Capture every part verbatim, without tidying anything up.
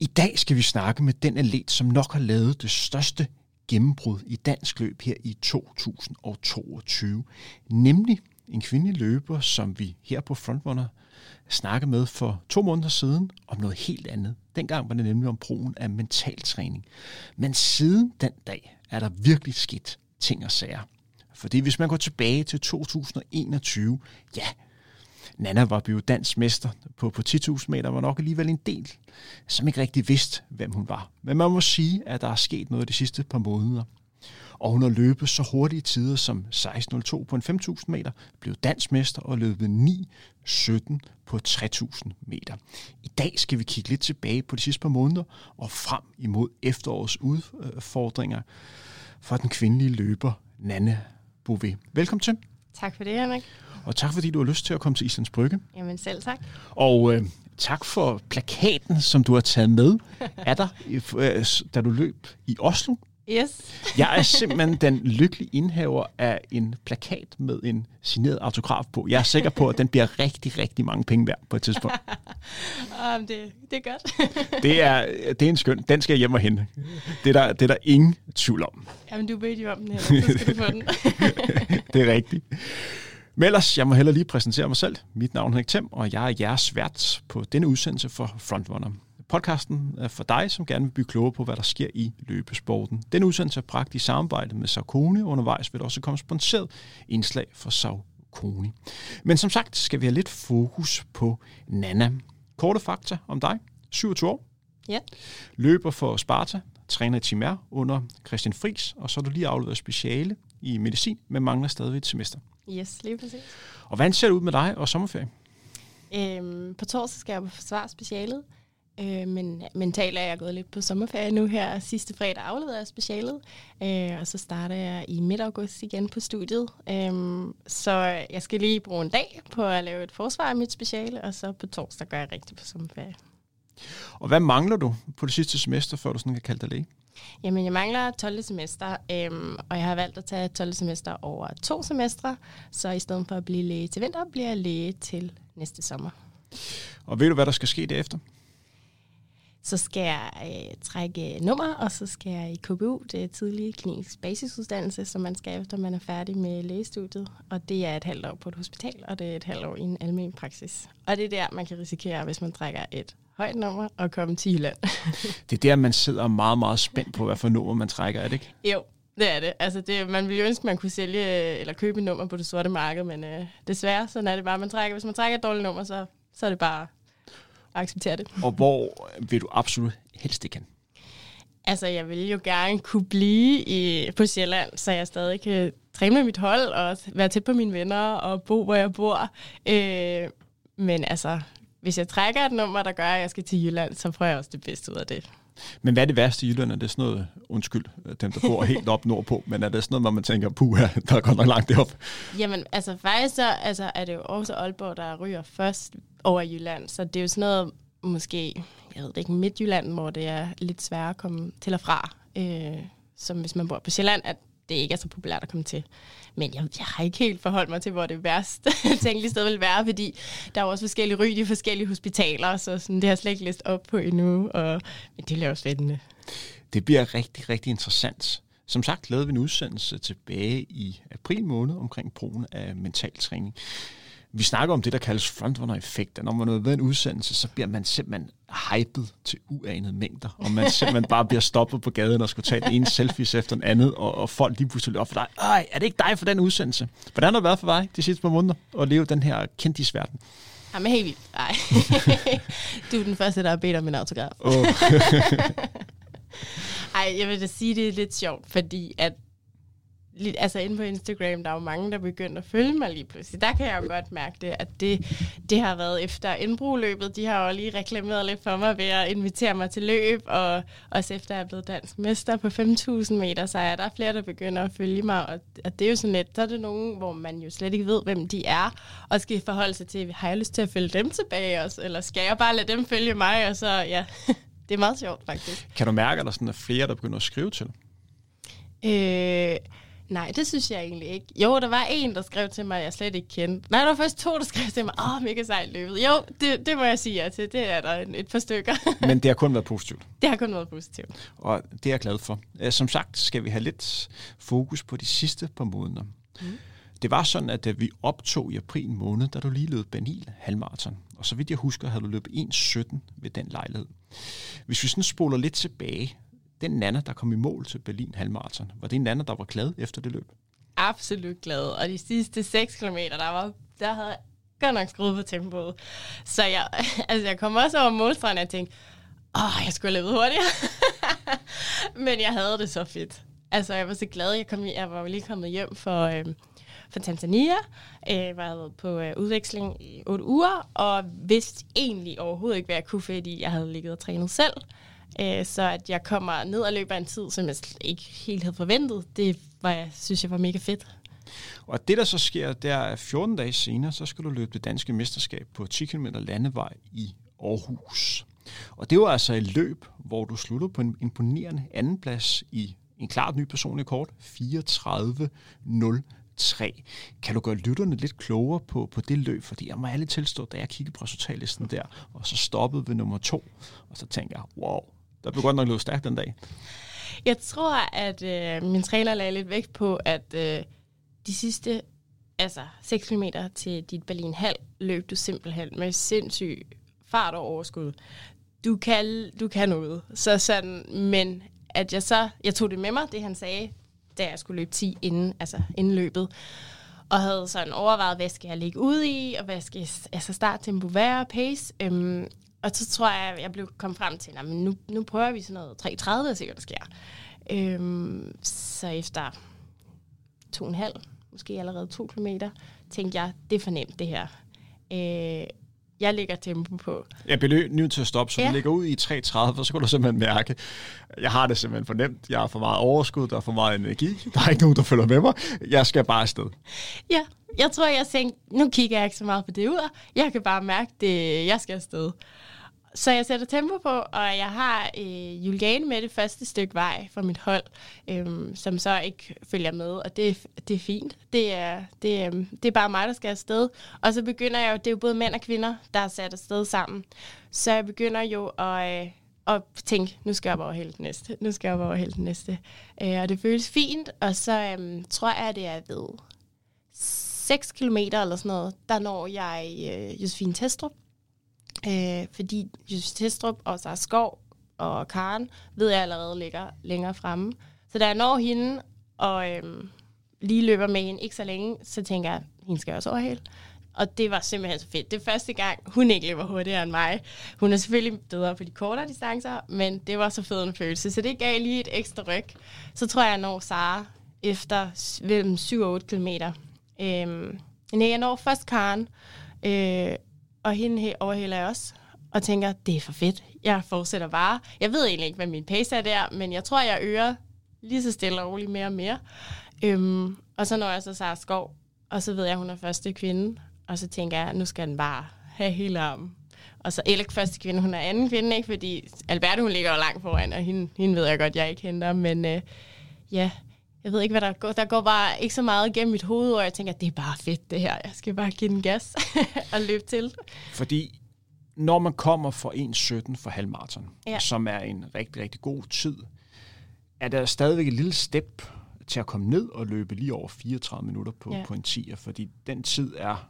dag skal vi snakke med den atlet, som nok har lavet det største gennembrud i dansk løb her i to tusind toogtyve. Nemlig en kvindelig løber, som vi her på Frontrunner snakkede med for to måneder siden om noget helt andet. Dengang var det nemlig om brugen af mentaltræning. Men siden den dag er der virkelig sket ting og sager. Fordi hvis man går tilbage til to tusind enogtyve, ja, Nanna var blevet dansk mester på, på ti tusind meter, var nok alligevel en del, som ikke rigtig vidste, hvem hun var. Men man må sige, at der er sket noget de sidste par måneder. Og hun har løbet så hurtige tider som seksten nul to på en fem tusind meter, blev dansk mester og løbet ni sytten på tre tusind meter. I dag skal vi kigge lidt tilbage på de sidste par måneder og frem imod efterårets udfordringer for den kvindelige løber Nanna Bouvet. Velkommen til. Tak for det, Henrik. Og tak fordi du har lyst til at komme til Islands Brygge. Jamen selv tak. Og øh, tak for plakaten, som du har taget med af dig, øh, da du løb i Oslo. Yes. Jeg er simpelthen den lykkelige indhaver af en plakat med en signeret autograf på. Jeg er sikker på, at den bliver rigtig, rigtig mange penge værd på et tidspunkt. um, det, det er godt. det, er, det er en skøn. Den skal jeg hjem og hente. Det er der, det er der ingen tvivl om. Jamen, du bedte jo om den her, så skal du få den. Det er rigtigt. Men ellers, jeg må hellere lige præsentere mig selv. Mit navn er Henrik Thiem, og jeg er jeres vært på denne udsendelse for Frontrunner. Podcasten er for dig, som gerne vil blive klogere på, hvad der sker i løbesporten. Denne udsendelse er bragt i samarbejde med Saucony. Undervejs vil der også komme sponsoreret indslag fra Saucony. Men som sagt skal vi have lidt fokus på Nanna. Korte fakta om dig. syvogtyve år. Ja. Løber for Sparta. Træner i Team R under Christian Friis. Og så er du lige afleveret speciale i medicin, men mangler stadig et semester. Yes, lige præcis. Og hvordan ser det ud med dig og sommerferie? Øhm, på torsdag skal jeg på forsvarsspecialet. Øh, men mentalt er jeg gået lidt på sommerferie nu her. Sidste fredag afleder jeg specialet, øh, og så starter jeg i midt-august igen på studiet. Øh, så jeg skal lige bruge en dag på at lave et forsvar af mit speciale, og så på torsdag går jeg rigtig på sommerferie. Og hvad mangler du på det sidste semester, før du sådan kan kalde dig læge? Jamen, jeg mangler tolvte semester, øhm, og jeg har valgt at tage tolvte semester over to semestre, så i stedet for at blive læge til vinter, bliver jeg læge til næste sommer. Og ved du, hvad der skal ske derefter? Så skal jeg øh, trække nummer, og så skal jeg i K B U, det er tidlig klinisk basisuddannelse, som man skal efter, man er færdig med lægestudiet. Og det er et halvt år på et hospital, og det er et halvt år i en almen praksis. Og det er der, man kan risikere, hvis man trækker et højt nummer og komme til Jylland. Det er der, man sidder meget, meget spændt på, hvad for nummer man trækker, er det ikke? Jo, det er det. Altså det, man ville jo ønske, man kunne sælge eller købe et nummer på det sorte marked, men øh, desværre, sådan er det bare, man trækker. Hvis man trækker et dårligt nummer, så, så er det bare at acceptere det. Og hvor vil du absolut helst ikke hen? Altså, jeg vil jo gerne kunne blive i, på Sjælland, så jeg stadig kan træne med mit hold og være tæt på mine venner og bo, hvor jeg bor. Øh, men altså, hvis jeg trækker et nummer, der gør, at jeg skal til Jylland, så får jeg også det bedste ud af det. Men hvad er det værste i Jylland? Er det sådan noget, undskyld, dem der bor helt op nordpå, men er det sådan noget, hvor man tænker, puha, der er godt nok langt derop? Jamen, altså faktisk så altså, er det jo også Aalborg, der ryger først over Jylland, så det er jo sådan noget, måske, jeg ved det ikke, Midtjylland, hvor det er lidt sværere at komme til og fra, øh, som hvis man bor på Sjælland, at det ikke er så populært at komme til. Men jeg, jeg har ikke helt forholdt mig til, hvor det værste tænkelige sted vil være, fordi der er også forskellige ry i forskellige hospitaler, så sådan, det har jeg slet ikke læst op på endnu, og, men det bliver jo spændende. Det bliver rigtig, rigtig interessant. Som sagt lavede vi en udsendelse tilbage i april måned omkring brugen af mentaltræning. Vi snakker om det, der kaldes frontrunner-effekt, og når man er ved en udsendelse, så bliver man simpelthen hyped til uanede mængder, og man simpelthen bare bliver stoppet på gaden og skulle tage den ene selfies efter den anden, og, og folk lige pludselig op for dig. Ej, er det ikke dig for den udsendelse? Hvordan har det været for dig de sidste par måneder at leve den her kendisverden? Jamen helt vildt. Nej. Du er den første, der har bedt om en autograf. Oh. Ej, jeg vil da sige, det er lidt sjovt, fordi at altså inde på Instagram, der er jo mange, der begynder at følge mig lige pludselig. Der kan jeg jo godt mærke det, at det, det har været efter indbruløbet. De har jo lige reklameret lidt for mig ved at invitere mig til løb, og også efter jeg er blevet dansk mester på fem tusind meter, så er der flere, der begynder at følge mig, og, og det er jo sådan lidt, så er det nogen, hvor man jo slet ikke ved, hvem de er, og skal forholde sig til, har jeg lyst til at følge dem tilbage også, eller skal jeg bare lade dem følge mig, og så, ja, det er meget sjovt faktisk. Kan du mærke, at der sådan er flere, der begynder at skrive til dig? Øh... Nej, det synes jeg egentlig ikke. Jo, der var en, der skrev til mig, at jeg slet ikke kendte. Nej, der var først to, der skrev til mig, åh, oh, mega sejt løbet. Jo, det, det må jeg sige ja til. Det er der et, et par stykker. Men det har kun været positivt. Det har kun været positivt. Og det er jeg glad for. Som sagt skal vi have lidt fokus på de sidste par måneder. Mm. Det var sådan, at vi optog i april måned, da du lige løb Berlin halvmarathon. Og så vidt jeg husker, havde du løbet en sytten ved den lejlighed. Hvis vi sådan spoler lidt tilbage, den Nanna, der kom i mål til Berlin halvmarathon, var det en Nanna, der var glad efter det løb? Absolut glad. Og de sidste seks kilometer, der var, der havde jeg godt nok skruet på tempoet. Så jeg, altså jeg kom også over målstregen, og jeg tænkte, åh, jeg skulle have løbet hurtigere. Men jeg havde det så fedt. Altså, jeg var så glad. Jeg, kom, jeg var jo lige kommet hjem for, øh, for Tanzania, øh, var jeg været på øh, udveksling i otte uger, og vidste egentlig overhovedet ikke, hvad jeg kunne, fordi jeg havde ligget og trænet selv. Øh, så at jeg kommer ned og løber en tid, som jeg ikke helt havde forventet, det var, jeg synes jeg var mega fedt. Og det, der så sker, det er, at fjorten dage senere, så skal du løbe det danske mesterskab på ti kilometer landevej i Aarhus. Og det var altså et løb, hvor du sluttede på en imponerende andenplads i en klart ny personlig kort, fireogtredive nul tre. Kan du gøre lytterne lidt klogere på, på det løb? Fordi jeg må ærligt tilstå, da jeg kiggede på resultatlisten der, og så stoppede ved nummer to, og så tænkte jeg, wow, der blev godt nok løbet stærkt den dag. Jeg tror, at øh, min træner lagde lidt vægt på, at øh, de sidste altså seks kilometer til dit Berlin halv løb du simpelthen med sindssyg fart og overskud. Du kan, du kan noget. Så sådan, men at jeg så, jeg tog det med mig, det han sagde, da jeg skulle løbe ti inden, altså inden løbet, og havde sådan overvejet, hvad skal jeg ligge ude i, og hvad skal jeg, altså starttempo være, pace. Øhm, og så tror jeg, jeg blev kom frem til, at nu, nu prøver vi sådan noget tre tredive, sikkert der sker. Øhm, så efter to og en halv, måske allerede to kilometer, tænkte jeg, det er for nemt det her. Øh, Jeg lægger tempo på. Jeg bliver nødt til at stoppe, så ja. Du ligger ud i tre tredive, og så kan du simpelthen mærke, jeg har det simpelthen for nemt. Jeg har for meget overskud, der er for meget energi. Der er ikke nogen, der følger med mig. Jeg skal bare afsted. Ja, jeg tror, jeg tænkte, nu kigger jeg ikke så meget på det ud. Jeg kan bare mærke, det jeg skal afsted. Så jeg sætter tempo på, og jeg har øh, Juliane med det første stykke vej fra mit hold, øh, som så ikke følger med, og det, det er fint. Det er, det, øh, det er bare mig, der skal afsted. Og så begynder jeg jo, det er jo både mænd og kvinder, der er sat afsted sammen. Så jeg begynder jo at, øh, at tænke, nu skal jeg bare overhælde den næste, nu skal jeg bare overhælde den næste. Øh, og det føles fint, og så øh, tror jeg, det er ved seks kilometer eller sådan noget, der når jeg øh, Josefine Testrup. Øh, fordi Josefine Testrup og Sara Skov og Karen ved jeg allerede ligger længere fremme. Så da jeg når hende og øhm, lige løber med hende ikke så længe, så tænker jeg, hende skal jeg også overhale. Og det var simpelthen så fedt. Det er første gang, hun ikke løber hurtigere end mig. Hun er selvfølgelig bedre på de kortere distancer, men det var så fed en følelse. Så det gav lige et ekstra ryg. Så tror jeg, jeg når Sara efter mellem syv og otte kilometer. Øhm, jeg når først Karen, øh, og hende overhælder jeg også, og tænker, det er for fedt. Jeg fortsætter bare. Jeg ved egentlig ikke, hvad min pace er der, men jeg tror, jeg øger lige så stille og roligt mere og mere. Øhm, og så når jeg så Sara Skov, og så ved jeg, hun er første kvinde, og så tænker jeg, nu skal den bare have hele armen. Og så eller ikke første kvinde, hun er anden kvinde, ikke? Fordi Alberte, hun ligger jo langt foran, og hende, hende ved jeg godt, jeg ikke henter, men øh, ja, jeg ved ikke, hvad der går. Der går bare ikke så meget gennem mit hoved, og jeg tænker, det er bare fedt det her. Jeg skal bare give den gas og løbe til. Fordi når man kommer for en sytten for halvmarathon, ja. som er en rigtig, rigtig god tid, er der stadigvæk et lille step til at komme ned og løbe lige over fireogtredive minutter på, ja. på en tier, fordi den tid er,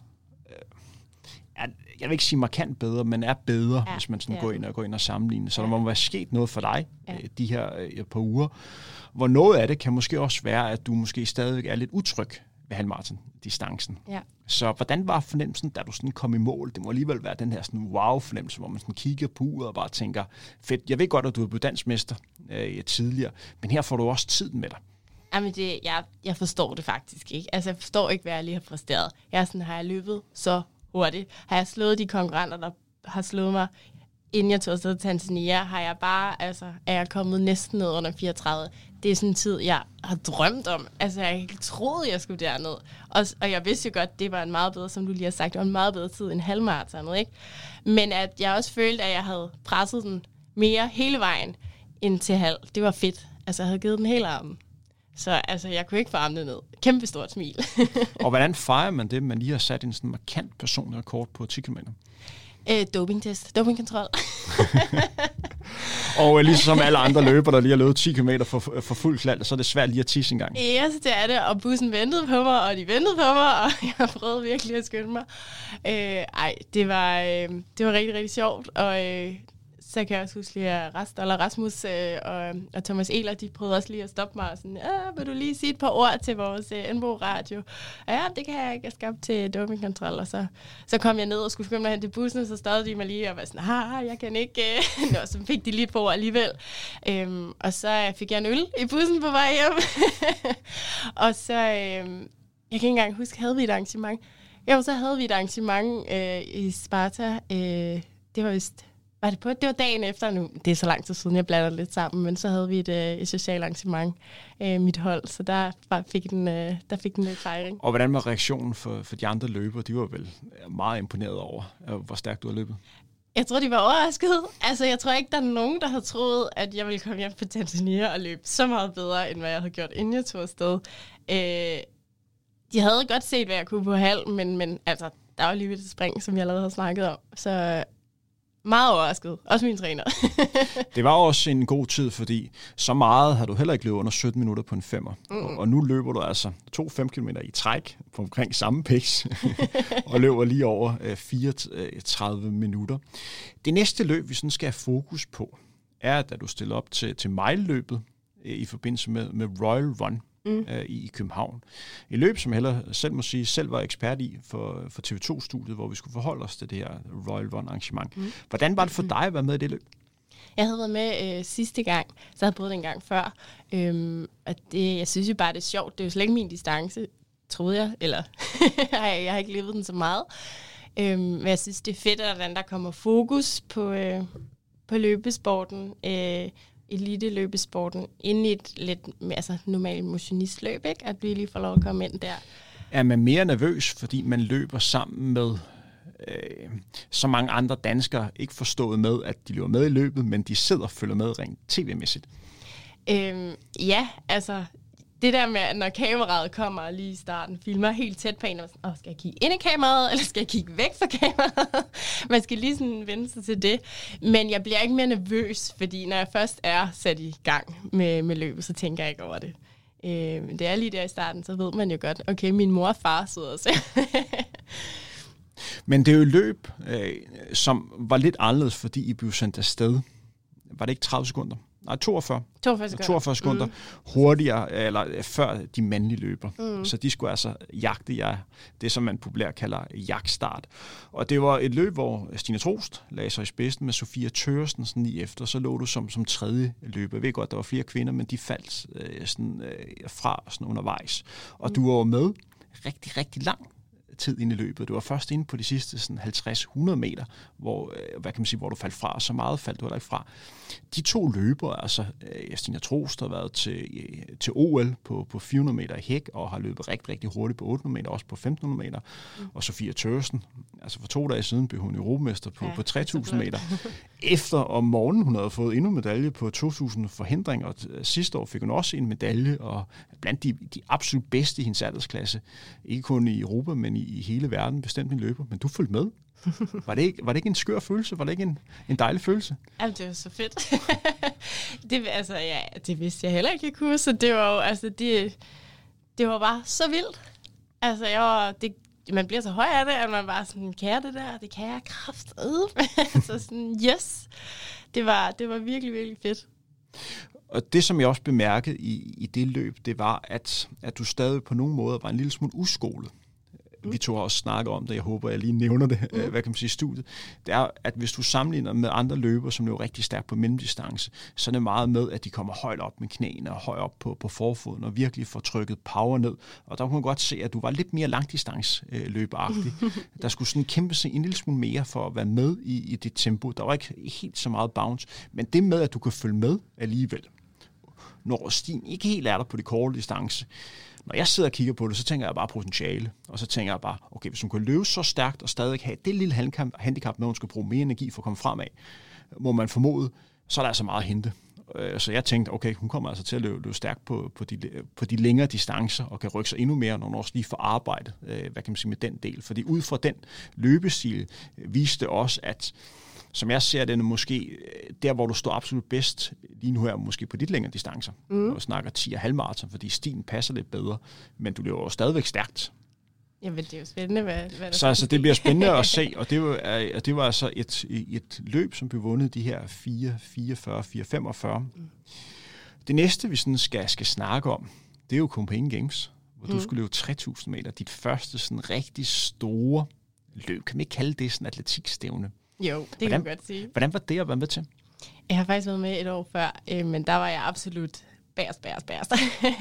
er, jeg vil ikke sige markant bedre, men er bedre, ja. hvis man sådan ja. går ind og går ind og sammenligner. Så ja. der må være sket noget for dig ja. de her øh, par uger, hvor noget af det kan måske også være, at du måske stadig er lidt utryg ved halvmarathon-distancen. Ja. Så hvordan var fornemmelsen, da du sådan kom i mål? Det må alligevel være den her sådan wow-fornemmelse, hvor man sådan kigger på uret og bare tænker, fedt, jeg ved godt, at du er blevet dansmester øh, tidligere, men her får du også tiden med dig. Jamen, det, jeg, jeg forstår det faktisk ikke. Altså, jeg forstår ikke, hvad jeg lige har præsteret. Jeg er sådan, har jeg løbet så hurtigt? Har jeg slået de konkurrenter, der har slået mig, inden jeg tog afsted til Tanzania? Har jeg bare, altså, er jeg kommet næsten ned under fireogtredive? Det er sådan en tid, jeg har drømt om. Altså, jeg ikke troede, jeg skulle derned. Og, og jeg vidste jo godt, det var en meget bedre, som du lige har sagt, det var en meget bedre tid end halvmaratonet, ikke? Men at jeg også følte, at jeg havde presset den mere hele vejen ind til halv. Det var fedt. Altså, jeg havde givet den hele armen. Så altså, jeg kunne ikke få armene ned. Kæmpe stort smil. Og hvordan fejrer man det, man lige har sat en sådan markant personlig rekord på ti kilometer? Øh, dopingtest, dopingkontrol. Og ligesom alle andre løber, der lige har løbet ti kilometer for, for fuld klald, så er det svært lige at tisse en gang. Ja, yes, det er det, og bussen ventede på mig, og de ventede på mig, og jeg prøvede virkelig at skynde mig. Øh, ej, det var, øh, det var rigtig, rigtig sjovt, og øh, så kan jeg også huske, at Rast, eller Rasmus øh, og, og Thomas Ehler, de prøvede også lige at stoppe mig, og sådan, vil du lige sige et par ord til vores øh, N B O-radio? Og ja, det kan jeg ikke, jeg skal op til dopingkontrol, og så, så kom jeg ned og skulle skynde mig hen til bussen, og så stod de mig lige og var sådan, ah, jeg kan ikke, øh. Nå, så fik de lige på alligevel. Øhm, og så fik jeg en øl i bussen på vej hjem. Og så, øh, jeg kan ikke engang huske, havde vi et arrangement? Jo, så havde vi et arrangement øh, i Sparta, øh, det var vist... Var det på? Det var dagen efter nu. Det er så lang tid siden, jeg blander lidt sammen, men så havde vi et, øh, et socialt arrangement, øh, mit hold, så der fik den, øh, der fik den lidt fejring. Og hvordan var reaktionen for, for de andre løbere? De var vel meget imponeret over, hvor stærkt du har løbet. Jeg tror, de var overrasket. Altså, jeg tror ikke, der er nogen, der havde troet, at jeg ville komme hjem på Tanzania og løbe så meget bedre, end hvad jeg havde gjort, inden jeg tog afsted. Øh, de havde godt set, hvad jeg kunne på halv, men, men altså, der var lige et spring, som jeg allerede havde snakket om, så... Meget overrasket. Også min træner. Det var også en god tid, fordi så meget har du heller ikke løbet under sytten minutter på en femmer. Mm. Og nu løber du altså to fem kilometer i træk på omkring samme pace, og løber lige over øh, fireogtredive minutter. Det næste løb, vi sådan skal have fokus på, er, at du stiller op til, til mile-løbet øh, i forbindelse med, med Royal Run. Mm. Øh, i København. Et løb, som jeg heller selv må sige, selv var ekspert i for, for T V to-studiet, hvor vi skulle forholde os til det her Royal Run arrangement. Mm. Hvordan var det for dig at være med i det løb? Jeg havde været med øh, sidste gang, så jeg havde prøvet det en gang før. Øhm, og det, jeg synes jo bare, det er sjovt. Det er jo slet ikke min distance, troede jeg. Eller jeg har ikke levet den så meget. Øhm, men jeg synes, det er fedt, at der kommer fokus på, øh, på løbesporten. Øh, elite-løbesporten inde i et lidt altså, normalt motionistløb, ikke? At vi lige får lov at komme ind der. Er man mere nervøs, fordi man løber sammen med øh, så mange andre danskere, ikke forstået med, at de løber med i løbet, men de sidder og følger med rent tv-mæssigt? Øhm, ja, altså det der med, at når kameraet kommer lige i starten, filmer helt tæt på en, og sådan, skal jeg kigge ind i kameraet, eller skal jeg kigge væk fra kameraet? Man skal lige sådan vende sig til det. Men jeg bliver ikke mere nervøs, fordi når jeg først er sat i gang med, med løbet, så tænker jeg ikke over det. Øh, det er lige der i starten, så ved man jo godt, okay, min mor og far sidder og ser. Men det er jo løb, øh, som var lidt anderledes, fordi I blev sendt afsted. Var det ikke tredive sekunder? Nej, toogfyrre. toogfyrre sekunder, toogfyrre sekunder mm. hurtigere, eller før de mandlige løber. Mm. Så de skulle altså jagte jer, det som man populært kalder jagtstart. Og det var et løb, hvor Stine Trost lagde sig i spidsen med Sofia Tørsten sådan lige efter. Så lå du som, som tredje løber. Jeg ved godt, der var flere kvinder, men de faldt øh, sådan, øh, fra sådan undervejs. Og mm. du var med rigtig, rigtig lang tid ind i løbet. Du var først inde på de sidste sådan halvtreds til hundrede meter, hvor, hvad kan man sige, hvor du faldt fra, så meget faldt du heller ikke fra. De to løbere, altså Stina Trost har været til, til O L på, på fire hundrede meter i hæk, og har løbet rigtig, rigtig hurtigt på otte hundrede meter, også på femten hundrede meter. Mm. Og Sofia Tørsten, altså for to dage siden blev hun europamester på, ja, på tre tusind meter. Efter om morgenen, hun havde fået endnu en medalje på to tusind forhindringer, og sidste år fik hun også en medalje, og blandt de, de absolut bedste i hendes aldersklasse, ikke kun i Europa, men i, i hele verden, bestemt en løber. Men du fulgte med. Var det, ikke, var det ikke en skør følelse? Var det ikke en, en dejlig følelse? Jamen, det var så fedt. det, altså, ja, det vidste jeg heller ikke, jeg kunne, så det var jo, altså, det, det var bare så vildt. Altså, jeg var, det, man bliver så høj af det, at man bare sådan, kan jeg det der? Det kan jeg kraftedeme. Så sådan, yes. Det var, det var virkelig, virkelig fedt. Og det, som jeg også bemærkede i, i det løb, det var, at, at du stadig på nogle måder var en lille smule uskolet. Mm. Vi to har også snakket om det, jeg håber, jeg lige nævner det, mm. hvad kan man sige, i studiet. Det er, at hvis du sammenligner med andre løbere, som løber rigtig stærkt på mellemdistance, så er det meget med, at de kommer højt op med knæene og højt op på, på forfoden og virkelig får trykket power ned. Og der kunne man godt se, at du var lidt mere langdistanceløberagtig. Der skulle sådan kæmpe sig en lille smule mere for at være med i, i det tempo. Der var ikke helt så meget bounce, men det med, at du kan følge med alligevel, når stien ikke helt er der på de korte distance. Når jeg sidder og kigger på det, så tænker jeg bare potentiale. Og så tænker jeg bare, okay, hvis hun kan løbe så stærkt og stadig have det lille handicap med, at hun skal bruge mere energi for at komme fremad, må man formode, så er der altså meget at hente. Øh, så jeg tænkte, okay, hun kommer altså til at løbe, løbe stærkt på, på, de, på de længere distancer, og kan rykke sig endnu mere, når hun også lige får arbejdet, øh, hvad kan man sige, med den del. Fordi ud fra den løbestil øh, viste også, at som jeg ser det, måske der, hvor du står absolut bedst lige nu her, måske på dit længere distancer, mm. når du snakker ti og halvmaraton, fordi stilen passer lidt bedre, men du løber jo stadigvæk stærkt. Jamen, det er jo spændende, hvad, hvad der Så altså, det bliver spændende at se, og det var, og det var altså et, et løb, som blev vundet de her fire fireogfyrre, fire femogfyrre. Mm. Det næste, vi sådan skal, skal snakke om, det er jo Copenhagen Games, hvor mm. du skulle løbe tre tusind meter. Dit første sådan rigtig store løb. Kan man ikke kalde det sådan atletikstævne? Jo, det hvordan, kan man godt sige. Hvordan var det at være med til? Jeg har faktisk været med et år før, øh, men der var jeg absolut bærst, bærst, bærst.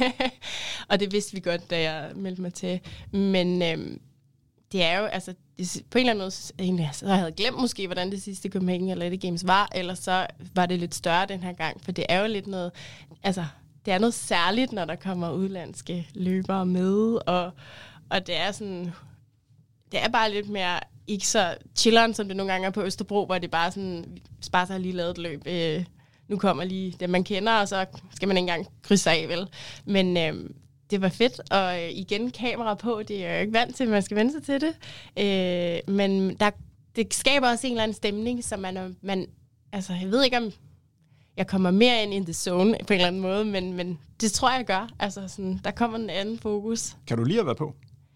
Og det vidste vi godt, da jeg meldte mig til. Men øh, det er jo, altså, det, på en eller anden måde, egentlig, så jeg havde glemt måske, hvordan det sidste Copenhagen Athletic Games var, eller så var det lidt større den her gang, for det er jo lidt noget, altså, det er noget særligt, når der kommer udlandske løbere med, og, og det er sådan, det er bare lidt mere ikke så chilleren, som det nogle gange er på Østerbro, hvor det bare sådan, Sparta har lige lavet et løb, øh, nu kommer lige det, man kender, og så skal man ikke engang krydse af, vel? Men øh, det var fedt, og øh, igen, kamera på, det er jeg jo ikke vant til, man skal vende sig til det. Øh, men der, det skaber også en eller anden stemning, så man, man, altså jeg ved ikke, om jeg kommer mere ind i the zone på en eller anden måde, men, men det tror jeg, jeg gør. Altså sådan, der kommer en anden fokus. Kan du lide at være på?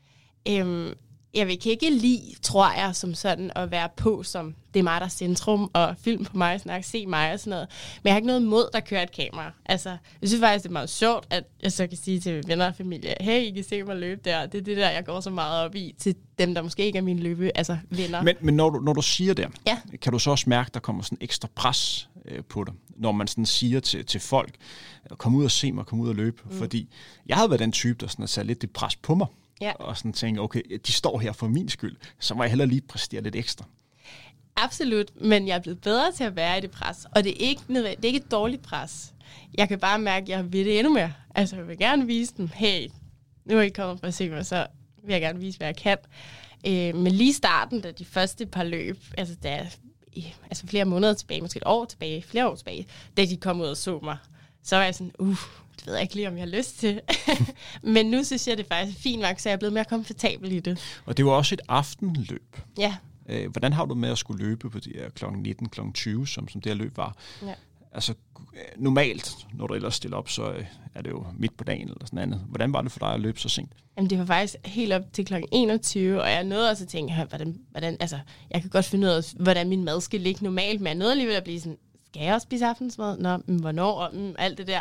Øhm, Jeg vil ikke lide, tror jeg, som sådan at være på, som det er mig, der er centrum, og film på mig, snak, se mig og sådan noget. Men jeg har ikke noget imod, der kører et kamera. Altså, jeg synes faktisk, det er meget sjovt, at jeg så kan sige til venner og familie, hey, I kan se mig løbe der. Det er det der, jeg går så meget op i, til dem, der måske ikke er mine løbe, altså venner. Men, men når, du, når du siger det, ja. Kan du så også mærke, der kommer sådan ekstra pres øh, på dig, når man sådan siger til, til folk, kom ud og se mig, kom ud og løbe. Mm. Fordi jeg havde været den type, der sådan har sat lidt det pres på mig. Ja. Og sådan tænke, okay, de står her for min skyld, så må jeg hellere lige præstere lidt ekstra. Absolut, men jeg er blevet bedre til at være i det pres, og det er ikke, det er ikke et dårligt pres. Jeg kan bare mærke, at jeg vil det endnu mere. Altså, jeg vil gerne vise dem, hey, nu er I kommet for at se mig, så vil jeg gerne vise, hvad jeg kan. Øh, men lige starten, da de første par løb, altså, da, altså flere måneder tilbage, måske et år tilbage, flere år tilbage, da de kom ud og så mig, så var jeg sådan, uh, det ved jeg ikke lige, om jeg har lyst til. Men nu synes jeg, det er faktisk fint nok, så jeg er blevet mere komfortabel i det. Og det var også et aftenløb. Ja. Hvordan har du med at skulle løbe på de her klokken nitten, klokken tyve, som, som det her løb var? Ja. Altså normalt, når du ellers stiller op, så er det jo midt på dagen eller sådan andet. Hvordan var det for dig at løbe så sent? Jamen, det var faktisk helt op til klokken enogtyve, og jeg nåede også at tænke, hvordan, hvordan, altså, jeg kan godt finde ud af, hvordan min mad skal ligge normalt, men jeg nåede alligevel at blive sådan, skal jeg også spise aftensmad? Nå, men hvornår? Og mm, alt det der.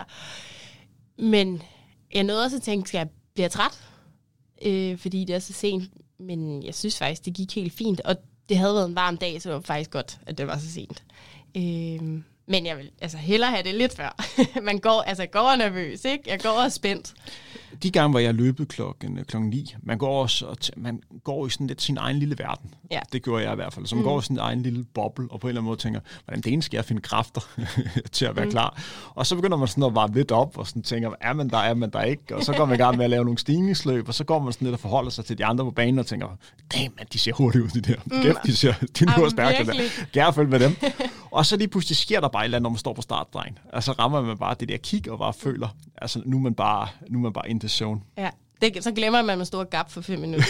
Men jeg nåede også at tænke, skal jeg blive træt? Øh, fordi det er så sent. Men jeg synes faktisk, det gik helt fint. Og det havde været en varm dag, så det var faktisk godt, at det var så sent. Øh, men jeg vil altså hellere have det lidt før. Man går, altså, går nervøs, ikke? Jeg går også spændt. De gange, hvor jeg løbet klokken, klokken ni, man går også og t- man går i sådan lidt sin egen lille verden. Ja. Det gjorde jeg i hvert fald. Så man mm. går i sin egen lille boble, og på en eller anden måde tænker, hvordan det ene skal jeg finde kræfter til at være mm. klar. Og så begynder man sådan at varme lidt op, og sådan tænker, er man der, er man der ikke? Og så går man i gang med at lave nogle stigningsløb, og så går man sådan lidt og forholder sig til de andre på banen, og tænker, damn, man, de ser hurtigt ud, de der. Mm. Kæft, de ser, de nu er stærke der. Gerne følge med dem. Og så lige pludselig sker der bare et eller andet, når man står på startdrejen. Altså rammer man bare det der kig, og bare føler, altså nu er man bare, nu er man bare in the zone. Ja, det, så glemmer man, at man står gap for fem minutter.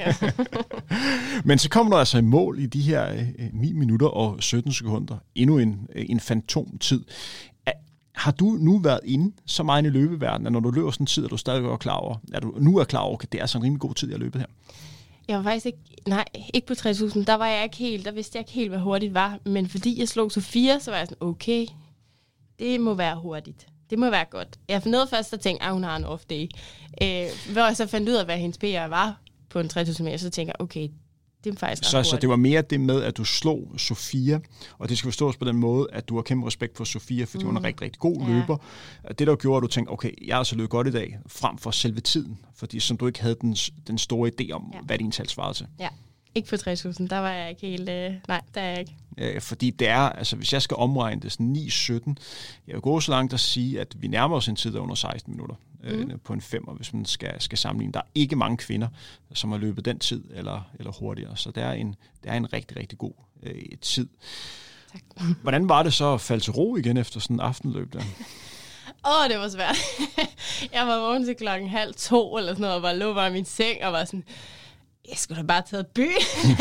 Men så kommer du altså i mål i de her øh, ni minutter og sytten sekunder. Endnu en, en fantomtid. Har du nu været inde så meget i løbeverdenen, at når du løber sådan en tid, er du stadig er klar over, at du nu er klar over, at det er så en rimelig god tid, jeg har løbet her? Jeg var faktisk ikke, nej, ikke på tre tusind. Der var jeg ikke helt, der vidste jeg ikke helt, hvad hurtigt var. Men fordi jeg slog Sofia, så var jeg sådan, okay, det må være hurtigt. Det må være godt. Jeg nåede først at tænke, at hun har en off day. Øh, hvor jeg så fandt ud af, hvad hendes P R var på en tre tusind meter, så tænker jeg, okay, det er faktisk så, så det var mere det med, at du slog Sofia, og det skal forstås på den måde, at du har kæmpe respekt for Sofia, fordi mm. hun er en rigtig, rigtig god ja. løber. Det, der gjorde, at du tænkte, okay, jeg har altså løbet godt i dag, frem for selve tiden, fordi som du ikke havde den, den store idé om, ja. hvad din tal svarede til. Ja, ikke på tre tusind, der var jeg ikke helt, øh, nej, der er jeg ikke. Øh, fordi det er, altså hvis jeg skal omregne det sådan ni sytten, jeg vil gå så langt at sige, at vi nærmer os en tid der under seksten minutter øh, mm. på en femmer, hvis man skal, skal sammenligne. Der er ikke mange kvinder, som har løbet den tid eller, eller hurtigere, så det er en, det er en rigtig, rigtig god øh, tid. Tak. Hvordan var det så at falde til ro igen efter sådan en aftenløb der? Åh, oh, det var svært. Jeg var vågen til klokken halv to eller sådan noget, og bare lå bare i min seng og var sådan, jeg skulle da bare tage byen.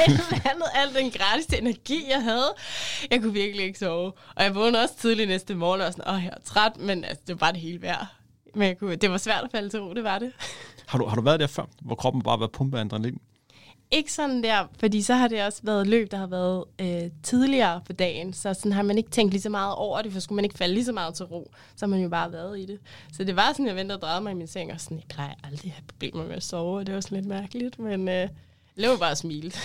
Alt den gratis energi, jeg havde. Jeg kunne virkelig ikke sove. Og jeg vågnede også tidligt næste morgen og var sådan, åh, jeg er træt, men altså, det var bare det hele værd. Men jeg kunne, det var svært at falde til ro, det var det. Har du, har du været der før, hvor kroppen bare har været pumpet af adrenalin? Ikke sådan der, fordi så har det også været løb, der har været øh, tidligere på dagen, så sådan har man ikke tænkt lige så meget over det, for skulle man ikke falde lige så meget til ro, så har man jo bare været i det. Så det var sådan, jeg ventede og drejede mig i min seng, og sådan, jeg plejer aldrig at have problemer med at sove, og det var sådan lidt mærkeligt, men øh, lå bare smilt.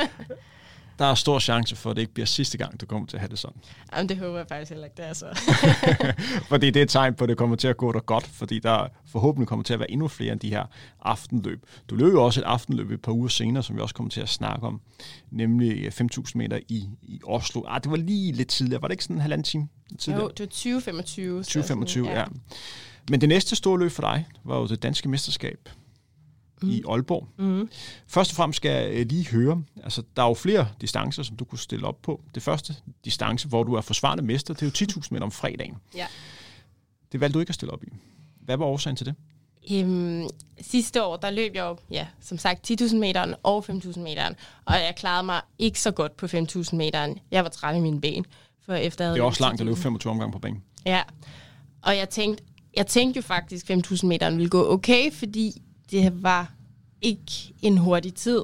Der er stor chance for, at det ikke bliver sidste gang, du kommer til at have det sådan. Jamen, det håber jeg faktisk heller ikke, det er så. Fordi det er et tegn på, at det kommer til at gå dig godt, fordi der forhåbentlig kommer til at være endnu flere end de her aftenløb. Du løb jo også et aftenløb et par uger senere, som vi også kommer til at snakke om, nemlig fem tusind meter i, i Oslo. Ah, det var lige lidt tidligere. Var det ikke sådan en halvanden time tidligere? Jo, det var tyve femogtyve. tyve femogtyve, ja. ja. Men det næste store løb for dig var jo det danske mesterskab mm. i Aalborg. Mm. Først og fremmest skal jeg lige høre, altså der er jo flere distancer, som du kunne stille op på. Det første distance, hvor du er forsvarende mester, det er jo ti tusind meter om fredagen. Ja. Det valgte du ikke at stille op i. Hvad var årsagen til det? Øhm, sidste år, der løb jeg jo, ja, som sagt, ti tusind meteren og fem tusind meteren, og jeg klarede mig ikke så godt på fem tusind meteren. Jeg var træt i mine ben. For efter det er også langt at løbe femogtyve omgang på banen. Ja, og jeg tænkte, jeg tænkte jo faktisk, fem tusind meteren ville gå okay, fordi det var ikke en hurtig tid.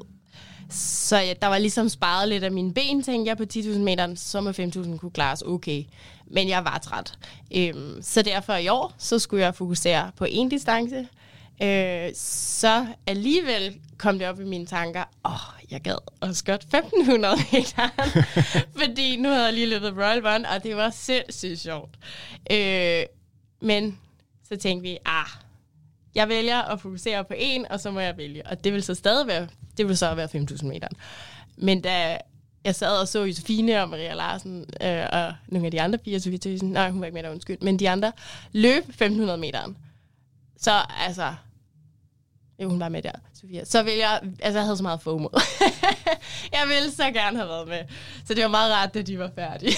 Så ja, der var ligesom sparet lidt af mine ben, tænkte jeg, på ti tusind meteren, så med fem tusind kunne klares okay. Men jeg var træt. Øhm, så derfor i år, så skulle jeg fokusere på en distance. Øh, så alligevel kom det op i mine tanker, åh, oh, jeg gad også godt femten hundrede meter. Fordi nu havde jeg lige løbet Royal Run, og det var sindssygt sjovt. Øh, men så tænkte vi, ah, jeg vælger at fokusere på en, og så må jeg vælge. Og det vil så stadig være, det vil så være fem tusind meter. Men da jeg sad og så Josefine og Maria Larsen øh, og nogle af de andre piger, Sofie Tøsen, nej, hun var ikke med der, undskyld, men de andre løb femten hundrede meteren. Så altså, jo, hun var med der, Sofia. Så ville jeg, altså jeg havde så meget FOMO. Jeg ville så gerne have været med. Så det var meget rart, at de var færdige.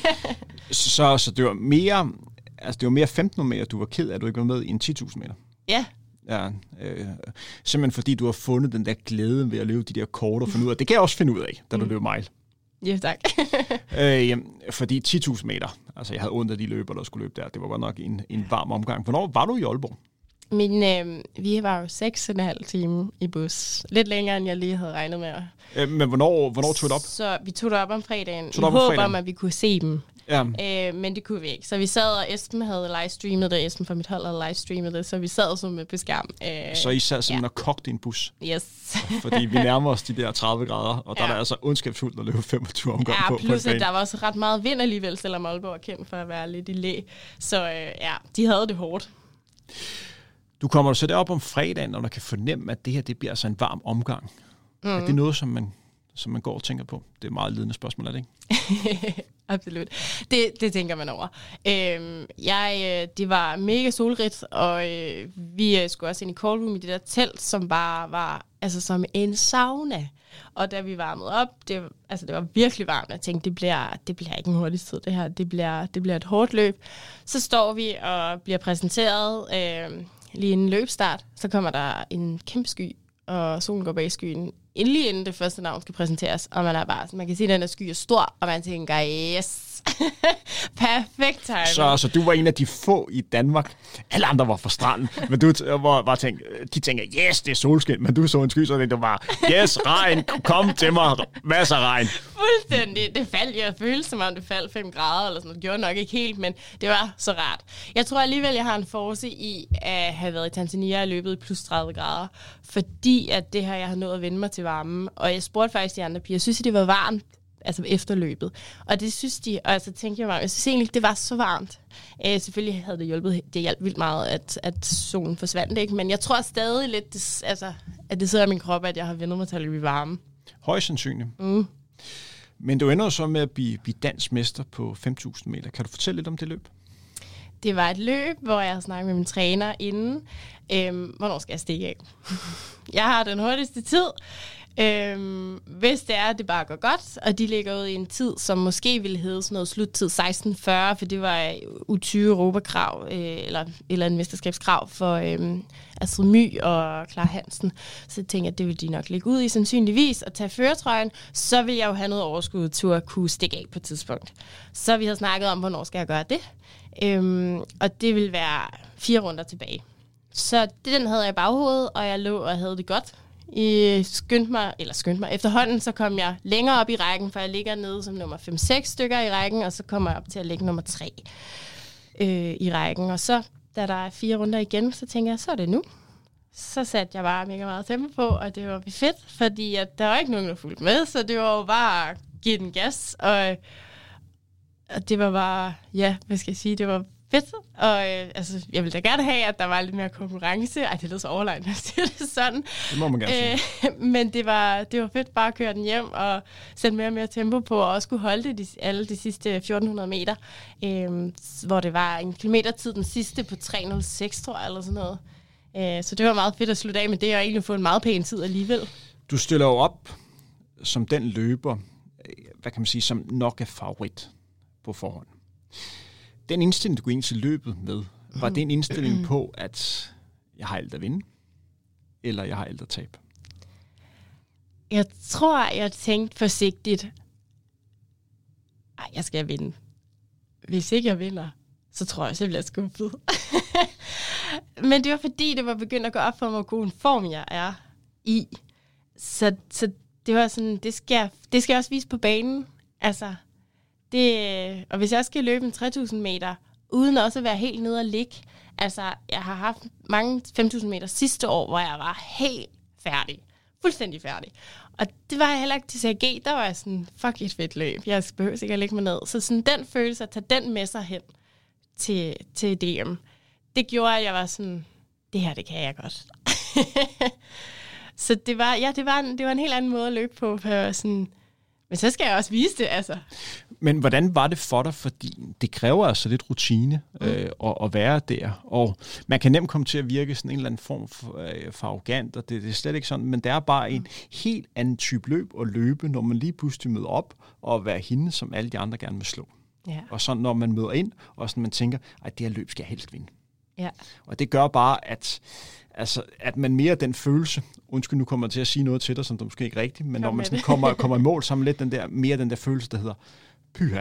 så, så det var mere, altså det var mere femten hundrede meter, du var ked af, at du ikke var med i en ti tusind meter? Ja. Ja, øh, simpelthen fordi du har fundet den der glæde ved at løbe de der kort og finde ud af. Det kan jeg også finde ud af, da du mm. løb mile. Ja, tak. øh, jamen, fordi ti tusind meter, altså jeg havde ondt af de løber, der skulle løbe der. Det var godt nok en, en varm omgang. Hvornår var du i Aalborg? Min, øh, vi var jo seks og en halv time i bus. Lidt længere, end jeg lige havde regnet med. Øh, men hvornår, hvornår tog du op? Så vi tog det op om fredagen. Tog I håb om, at vi kunne se dem. Ja. Øh, men det kunne vi ikke. Så vi sad, og Esben havde livestreamet det. Esben fra mit hold havde livestreamet det. Så vi sad som på skærm. Øh, så I sad simpelthen ja. og kogte i en bus? Yes. Fordi vi nærmer os de der tredive grader, og der ja. er der altså ondskabsfuldt at løbe femogtyve omgang ja, på. Ja, plus at der var også ret meget vind alligevel, selvom Aalborg er kendt for at være lidt i læ. Så øh, ja, de havde det hårdt. Du kommer så derop om fredagen, når man kan fornemme, at det her det bliver altså en varm omgang. Mm. Er det noget, som man, som man går og tænker på? Det er et meget ledende spørgsmål, er det ikke? Absolut. Det, det tænker man over. Øhm, jeg, det var mega solrigt, og øh, vi skulle også ind i call room i det der telt, som bare var altså som en sauna. Og da vi varmede op, det, altså det var virkelig varmt. Jeg tænkte, det bliver, det bliver ikke en hurtig tid, det her. Det bliver, det bliver et hårdt løb. Så står vi og bliver præsenteret øh, lige inden løbstart. Så kommer der en kæmpe sky, og solen går bag skyen. Lige inden det første navn skal præsenteres, og man er bare sådan, man kan se, at den der sky er stor, og man tænker, yes, perfekt timing. Så, så du var en af de få i Danmark, alle andre var fra stranden, men du var bare tænkt, de tænker, yes, det er solskin, men du så en sky, så det var, yes, regn, kom til mig, masser af regn. Fuldstændig, det faldt, jeg følte som om det faldt fem grader, eller sådan noget, det gjorde nok ikke helt, men det var så rart. Jeg tror alligevel, jeg har en force i at have været i Tanzania og løbet i plus tredive grader, fordi at det her, jeg har nået at vende mig til varmen, og jeg spurgte faktisk de andre piger, synes I, det var varmt? Altså efterløbet. Og det synes de, og så tænkte jeg mig, jeg synes egentlig, det var så varmt. Æ, selvfølgelig havde det hjulpet, det hjalp vildt meget, at, at solen forsvandt, ikke? Men jeg tror stadig lidt, det, altså, at det sidder i min krop, at jeg har vendt mig til at løbe i varme. Højst sandsynligt. Mm. Men du ender så med at blive, blive dansk mester på fem tusind meter. Kan du fortælle lidt om det løb? Det var et løb, hvor jeg havde snakket med min træner inden. Øhm, hvornår skal jeg stikke af? Jeg har den hurtigste tid. Øhm, hvis det er, at det bare går godt, og de ligger ud i en tid, som måske ville hedde sådan noget sluttid seksten fyrre, for det var U tyve Europakrav, øh, eller, eller en mesterskabskrav for øh, Astrid My og Clara Hansen. Så jeg tænkte, at det ville de nok ligge ud i sandsynligvis og tage førertrøjen. Så vil jeg jo have noget overskud til at kunne stikke af på et tidspunkt. Så vi har snakket om, hvornår skal jeg gøre det. Øhm, og det vil være fire runder tilbage. Så den havde jeg i baghovedet, og jeg lå og havde det godt. I skyndte mig, eller skyndte mig, efterhånden, så kom jeg længere op i rækken, for jeg ligger nede som nummer fem seks stykker i rækken, og så kommer jeg op til at ligge nummer tre øh, i rækken. Og så, da der er fire runder igen, så tænker jeg, så er det nu. Så satte jeg bare mega meget tempo på, og det var fedt, fordi at der var ikke nogen, der fulgte med, så det var jo bare at give den gas, og, og det var bare, ja, hvad skal jeg sige, det var fedt, og øh, altså, jeg ville da gerne have, at der var lidt mere konkurrence. Ej, det lyder så overlegnet, at sige det sådan. Det må man gerne sige. Øh, men det var, det var fedt bare at køre den hjem og sætte mere og mere tempo på, og også kunne holde det de, alle de sidste fjorten hundrede meter, øh, hvor det var en kilometertid den sidste på tre nul seks, tror jeg, eller sådan noget. Øh, så det var meget fedt at slutte af med det, og egentlig få en meget pæn tid alligevel. Du stiller jo op som den løber, hvad kan man sige, som nok er favorit på forhånd. Den indstilling, du går ind til løbet med, var det en indstilling på, at jeg har alt at vinde, eller jeg har alt at tabe? Jeg tror, jeg tænkte forsigtigt, ej, jeg skal vinde. Hvis ikke jeg vinder, så tror jeg simpelthen, jeg er skuffet. Men det var fordi, det var begyndt at gå op for mig, hvor god en form jeg er i. Så, så det var sådan, det skal, det skal jeg også vise på banen. Altså, det, og hvis jeg også skal løbe en tre tusind meter, uden også at være helt nede og ligge. Altså, jeg har haft mange fem tusind meter sidste år, hvor jeg var helt færdig. Fuldstændig færdig. Og det var jeg heller ikke til C A G. Der var jeg sådan, fuck et fedt løb. Jeg behøver ikke at lægge mig ned. Så sådan den følelse at tage den med sig hen til, til D M, det gjorde, at jeg var sådan, det her, det kan jeg godt. Så det var, ja, det var, en, det var en helt anden måde at løbe på. For sådan, men så skal jeg også vise det, altså. Men hvordan var det for dig? Fordi det kræver altså lidt rutine mm. øh, at, at være der. Og man kan nemt komme til at virke sådan en eller anden form for, øh, for arrogant, og det, det er slet ikke sådan. Men det er bare en helt anden type løb at løbe, når man lige pludselig møder op og være hende, som alle de andre gerne vil slå. Ja. Og så når man møder ind, og sådan man tænker, at det her løb skal jeg helst vinde. Ja. Og det gør bare, at, altså, at man mere den følelse, undskyld, nu kommer jeg til at sige noget til dig, som det måske ikke er rigtigt, men Kom når man sådan kommer, kommer i mål, så er man lidt den der, mere den der følelse, der hedder, pyha,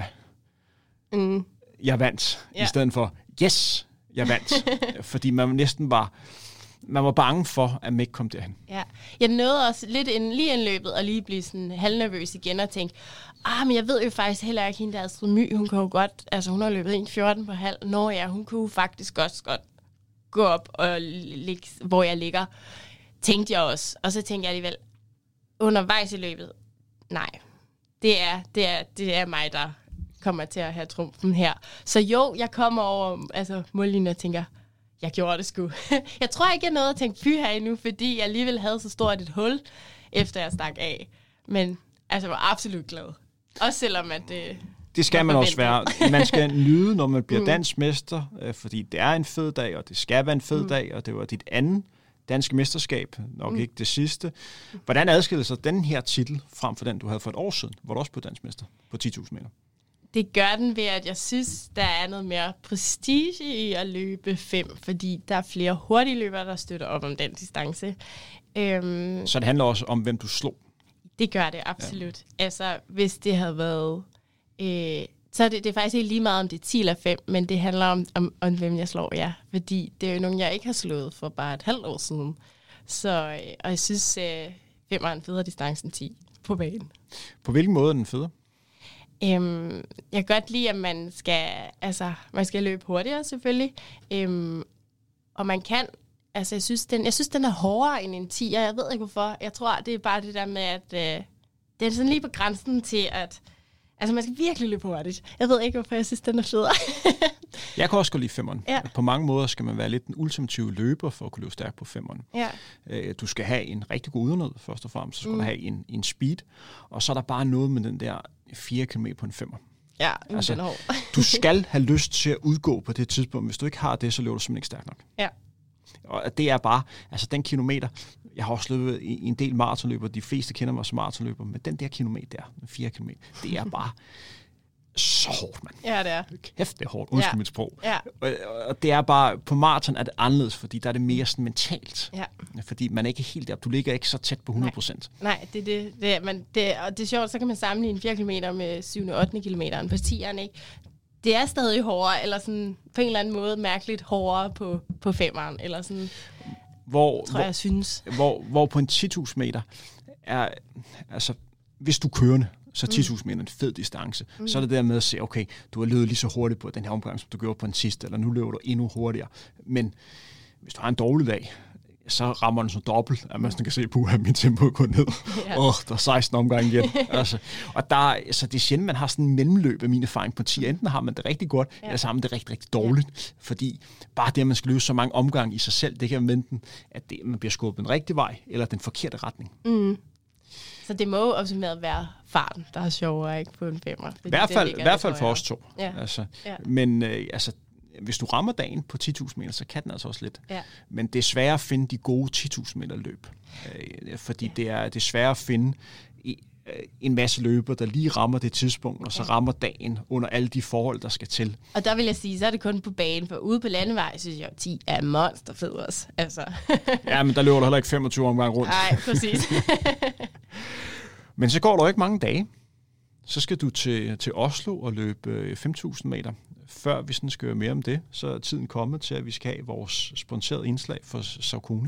mm. jeg vandt, ja. I stedet for, yes, jeg vandt. Fordi man næsten var, man var bange for, at man ikke kom derhen. Ja. Jeg nåede også lidt ind, lige indløbet, og lige blive sådan halvnervøs igen, og tænke, ah, men jeg ved jo faktisk heller ikke, hende der Astrid My, hun kan jo godt, altså hun har løbet en fjorten på halv, når ja, hun kunne faktisk også godt gå op, og ligge, hvor jeg ligger, tænkte jeg også. Og så tænkte jeg alligevel, undervejs i løbet, nej, det er, det er, det er mig, der kommer til at have trumfen her. Så jo, jeg kommer over altså, mållinjen og tænker, jeg gjorde det sgu. Jeg tror ikke, jeg nåede at tænke fy her endnu, fordi jeg alligevel havde så stort et hul, efter jeg stak af. Men altså, jeg var absolut glad. Også selvom, at det... Det skal man også være. Man skal nyde, når man bliver mm. dansk mester, fordi det er en fed dag, og det skal være en fed mm. dag, og det var dit andet danske mesterskab, nok mm. ikke det sidste. Hvordan adskiller sig den her titel frem for den, du havde for et år siden, hvor du også blev dansk mester på ti tusind meter? Det gør den ved, at jeg synes, der er noget mere prestige i at løbe fem, fordi der er flere hurtige løbere, der støtter op om den distance. Øhm, Så det handler også om, hvem du slog? Det gør det, absolut. Ja. Altså, hvis det havde været... Øh, så er det, det er faktisk ikke lige meget, om det er ti eller fem, men det handler om, om, om, hvem jeg slår, ja. Fordi det er jo nogen, jeg ikke har slået for bare et halvt år siden. Så, øh, og jeg synes, øh, fem er en federe distance end ti på banen. På hvilken måde er den federe? Øhm, jeg kan godt lide, at man skal, altså, man skal løbe hurtigere, selvfølgelig. Øhm, og man kan... Altså, jeg synes, den, jeg synes, den er hårdere end en ti, og jeg ved ikke, hvorfor. Jeg tror, det er bare det der med, at øh, det er sådan lige på grænsen til, at altså, man skal virkelig løbe hurtigt. Jeg ved ikke, hvorfor jeg synes, den er federe. Jeg kan også gå lide femmeren. Ja. På mange måder skal man være lidt den ultimative løber for at kunne løbe stærkt på femmeren. Ja. Øh, du skal have en rigtig god udernød, først og fremmest. Så skal mm. du have en, en speed, og så er der bare noget med den der fire kilometer på en femmer. Ja, altså, du skal have lyst til at udgå på det tidspunkt. Hvis du ikke har det, så løber du simpelthen ikke stærkt nok. Ja. Og det er bare, altså den kilometer, Jeg har også løbet i en del maratonløber. De fleste kender mig som maratonløber, men den der kilometer der, fire kilometer, det er bare så hårdt, mand. Ja, det er. Kæft, det er hårdt. Undskyld ja. mit sprog. Ja. Og, og det er bare, på maraton er det anderledes, fordi der er det mere sådan mentalt. Ja. Fordi man er ikke helt der. Du ligger ikke så tæt på hundrede procent. Nej, Nej det er det. det, er, man, det og det er sjovt, så kan man sammenligne fire kilometer med syvende og ottende kilometeren på tieren, ikke? Det er stadig hårdere, eller sådan på en eller anden måde mærkeligt hårdere på, på femeren, eller sådan, hvor, tror jeg, jeg synes. Hvor, hvor på en ti tusind meter er, altså, hvis du kørende, så ti tusind meter er en fed distance. Mm. Så er det der med at se, okay, du har løbet lige så hurtigt på den her omgang, som du gjorde på en sidste, eller nu løber du endnu hurtigere. Men hvis du har en dårlig dag, så rammer den så dobbelt, at man sådan kan se, at min tempo går ned. Åh, yeah. oh, der er seksten omgange igen. altså, og der, altså, det er sjældent, man har sådan en mellemløb af min erfaring på ti. Enten har man det rigtig godt, yeah. eller så har man det rigtig, rigtig dårligt. Yeah. Fordi bare det, at man skal løbe så mange omgange i sig selv, det kan være enten, at det, man bliver skubbet den rigtige vej, eller den forkerte retning. Mm. Så det må jo optimeret være farten, der er sjovere, ikke, på en femmer. I hvert fald, i hvert fald for os to. Ja. Altså, ja. Men øh, altså, hvis du rammer dagen på ti tusind meter, så kan den altså også lidt. Ja. Men det er svært at finde de gode ti tusind meter løb. Øh, fordi ja. det, er, det er svært at finde i, øh, en masse løber, der lige rammer det tidspunkt, og så ja. rammer dagen under alle de forhold, der skal til. Og der vil jeg sige, så er det kun på banen, for ude på landevej, synes jeg, ti er monsterfed også. Altså. Ja, men der løber du heller ikke femogtyve omgange rundt. Nej, præcis. Men så går der jo ikke mange dage. Så skal du til, til Oslo og løbe fem tusind meter. Før vi sådan skal høre mere om det, så er tiden kommet til, at vi skal have vores sponsorerede indslag for Saucony.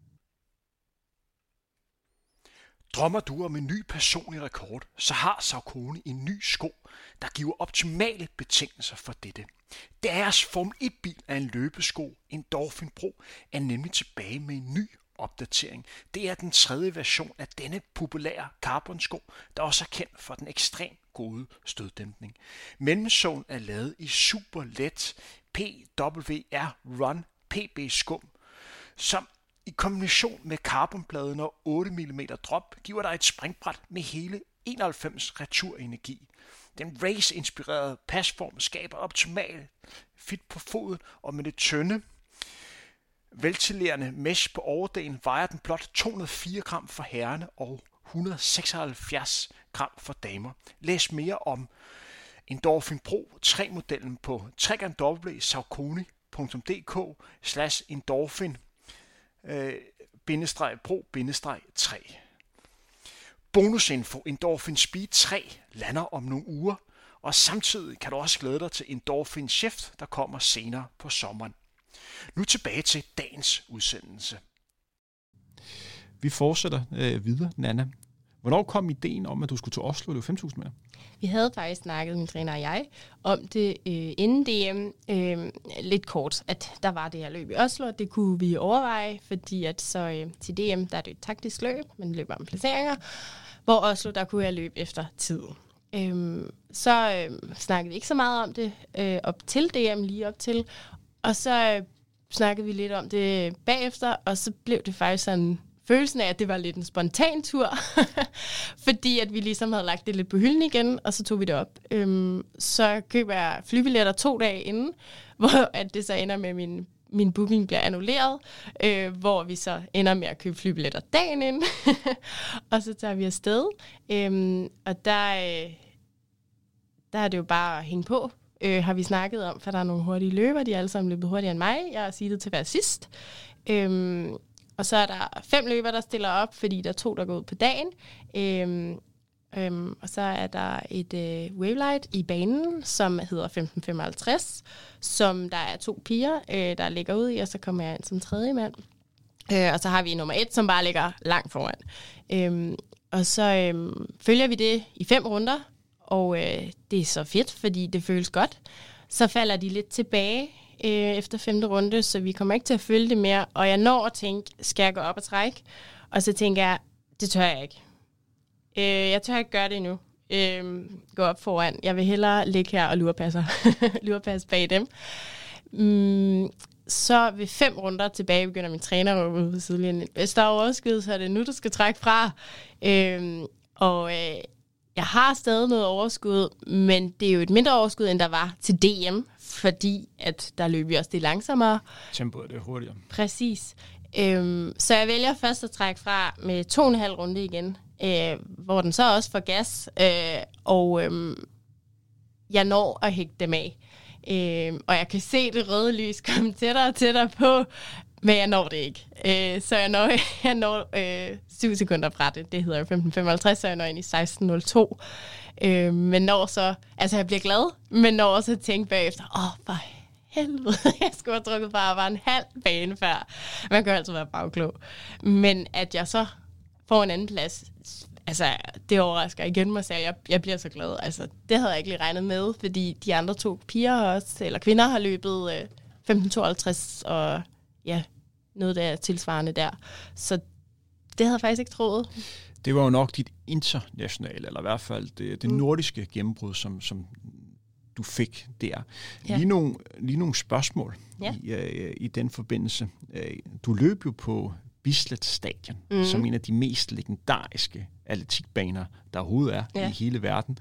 Drømmer du om en ny personlig rekord, så har Saucony en ny sko, der giver optimale betingelser for dette. Deres Formel et-bil af en løbesko, Endorphin Pro, er nemlig tilbage med en ny opdatering. Det er den tredje version af denne populære carbonsko, der også er kendt for den ekstremt gode støddæmpning. Mellemsålen er lavet i super let P W R Run P B skum, som i kombination med carbonpladen og otte millimeter drop giver dig et springbræt med hele enoghalvfems returenergi. Den race-inspirerede pasform skaber optimalt fit på foden, og med det tynde veltillerende mesh på overdelen vejer den blot to hundrede og fire gram for herrerne og et hundrede og seksoghalvfjerds gram for damer. Læs mere om Endorphin Pro tre-modellen på w w w punktum saucony punktum d k slash endorphin pro tre. Bonusinfo: Endorphin Speed tre lander om nogle uger, og samtidig kan du også glæde dig til Endorphin Shift, der kommer senere på sommeren. Nu tilbage til dagens udsendelse. Vi fortsætter øh, videre, Nanna. Hvornår kom ideen om, at du skulle til Oslo og løbe fem tusind meter? Vi havde faktisk snakket, min træner og jeg, om det øh, inden D M øh, lidt kort, at der var det her løb i Oslo, og det kunne vi overveje, fordi at så øh, til D M, der er det et taktisk løb, man løber om placeringer, hvor Oslo, der kunne jeg løbe efter tid. Øh, så øh, snakkede vi ikke så meget om det øh, op til D M, lige op til, og så øh, snakkede vi lidt om det bagefter, og så blev det faktisk sådan følelsen af, at det var lidt en spontan tur, fordi at vi ligesom havde lagt det lidt på hylden igen, og så tog vi det op. Øhm, så køber jeg flybilletter to dage inden, hvor at det så ender med, at min, min booking bliver annulleret, øh, hvor vi så ender med at købe flybilletter dagen inden, og så tager vi afsted. Øhm, og der, øh, der er det jo bare at hænge på, øh, har vi snakket om, for der er nogle hurtige løber, de er alle sammen løbet hurtigere end mig. Jeg har sige det til hver sidst. Øhm, Og så er der fem løber, der stiller op, fordi der er to, der går ud på dagen. Øhm, øhm, og så er der et øh, wavelight i banen, som hedder femten femoghalvtreds, som der er to piger, øh, der ligger ude i, og så kommer jeg ind som tredje mand. Øh, og så har vi nummer et, som bare ligger langt foran. Øhm, og så øhm, følger vi det i fem runder, og øh, det er så fedt, fordi det føles godt. Så falder de lidt tilbage efter femte runde, så vi kommer ikke til at følge det mere, og jeg når at tænke, skal jeg gå op og trække? Og så tænker jeg, det tør jeg ikke. Øh, jeg tør ikke gøre det endnu. Øh, gå op foran. Jeg vil hellere ligge her og lurepasse, lurepasse bag dem. Mm, så ved fem runder tilbage begynder min træner ude på sidelinjen. Hvis der er overskud, så er det nu, du skal trække fra. Øh, og øh, jeg har stadig noget overskud, men det er jo et mindre overskud, end der var til D M, fordi at der løb vi også det langsommere. Tempoet er det hurtigere. Præcis. Øhm, så jeg vælger først at trække fra med to og en halv runde igen, øh, hvor den så også får gas, øh, og øh, jeg når at hægte dem af. Øh, og jeg kan se det røde lys komme tættere og tættere på, men jeg når det ikke. Øh, så jeg når, jeg når øh, syv sekunder fra det. Det hedder jo femten femoghalvtreds, så jeg når ind i seksten nul to. Øh, men når så... Altså, jeg bliver glad, men når også at tænke bagefter, åh, oh, for helvede, jeg skulle have drukket bare, bare en halv bane før. Man kan jo altid være bagklog. Men at jeg så får en anden plads, altså, det overrasker igen mig selv. Jeg, jeg bliver så glad. Altså, det havde jeg ikke lige regnet med, fordi de andre to piger også, eller kvinder har løbet øh, femten tooghalvtreds og ja, noget der er tilsvarende der. Så det havde jeg faktisk ikke troet. Det var jo nok dit internationale, eller i hvert fald det, det mm. nordiske gennembrud, som, som du fik der. Ja. Lige, nogle, lige nogle spørgsmål ja. i, øh, i den forbindelse. Du løb jo på Bislett Stadion, mm. som en af de mest legendariske atletikbaner, der overhovedet er ja. i hele verden.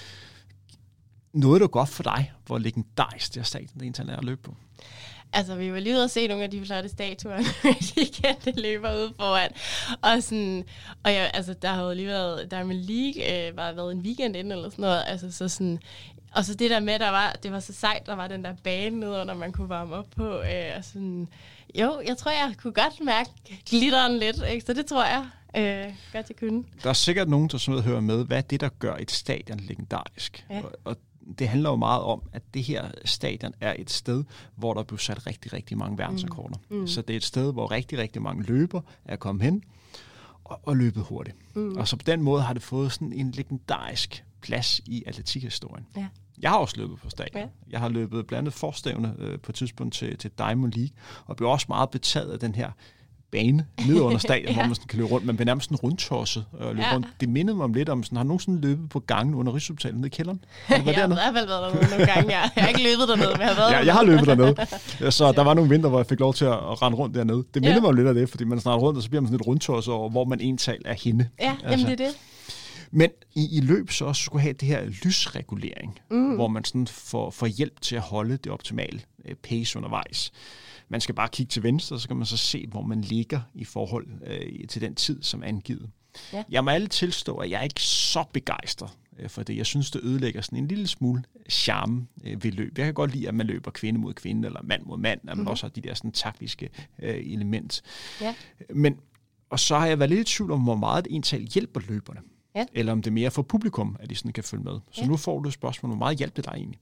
Noget er godt for dig, hvor legendarisk det er stadion, det egentlig er at løbe på? Altså, vi var lige ude og se nogle af de flotte statuer, de kendte løber ude foran. Og, sådan, og jeg, altså, der har jo lige været, Diamond League, øh, var været en weekend inden eller sådan noget. Altså, så sådan, og så det der med, der var, det var så sejt, der var den der bane nedenunder, man kunne varme op på. Øh, og sådan, jo, jeg tror, jeg kunne godt mærke glitteren lidt, ikke? Så det tror jeg øh, godt, jeg kunne. Der er sikkert nogen, der sådan hører med, hvad er det, der gør et stadion legendarisk? Ja. Og, og det handler jo meget om, at det her stadion er et sted, hvor der blev sat rigtig, rigtig mange verdensrekorder. Mm. Mm. Så det er et sted, hvor rigtig, rigtig mange løber er kommet hen og, og løbet hurtigt. Mm. Og så på den måde har det fået sådan en legendarisk plads i atletikhistorien. Ja. Jeg har også løbet på stadion. Ja. Jeg har løbet blandt andet forstævne øh, på et tidspunkt til, til Diamond League, og blev også meget betaget af den her bane nede under stadion, ja. hvor man sådan kan løbe rundt. Man bliver nærmest sådan rundtosset og løbe ja. rundt. Det mindede mig om lidt om, sådan, har nogen sådan løbet på gangen under Rigshospitalet nede i kælderen? Har jeg har i hvert fald været dernede nogle gange. Jeg har ikke løbet dernede, men jeg har været ja, jeg har løbet dernede. Så der var nogle vinter, hvor jeg fik lov til at rende rundt dernede. Det mindede ja. mig om lidt af det, fordi man snart rundt, og så bliver man sådan lidt rundtosset over, hvor man ental er henne. Ja, altså. Jamen det er det. Men i, i løb så også skulle have det her lysregulering, mm. hvor man sådan får, får hjælp til at holde det optimale øh, pace undervejs. Man skal bare kigge til venstre, så kan man så se, hvor man ligger i forhold øh, til den tid, som er angivet. Ja. Jeg må alle tilstå, at jeg er ikke så begejstret øh, for det. Jeg synes, det ødelægger sådan en lille smule charme øh, ved løb. Jeg kan godt lide, at man løber kvinde mod kvinde, eller mand mod mand, at man mm-hmm. også har de der sådan taktiske øh, element. Ja. Men, og så har jeg været lidt i tvivl om, hvor meget det ental hjælper løberne. Ja. Eller om det er mere for publikum, at de sådan kan følge med. Så ja. nu får du et spørgsmål, hvor meget hjælper det dig egentlig?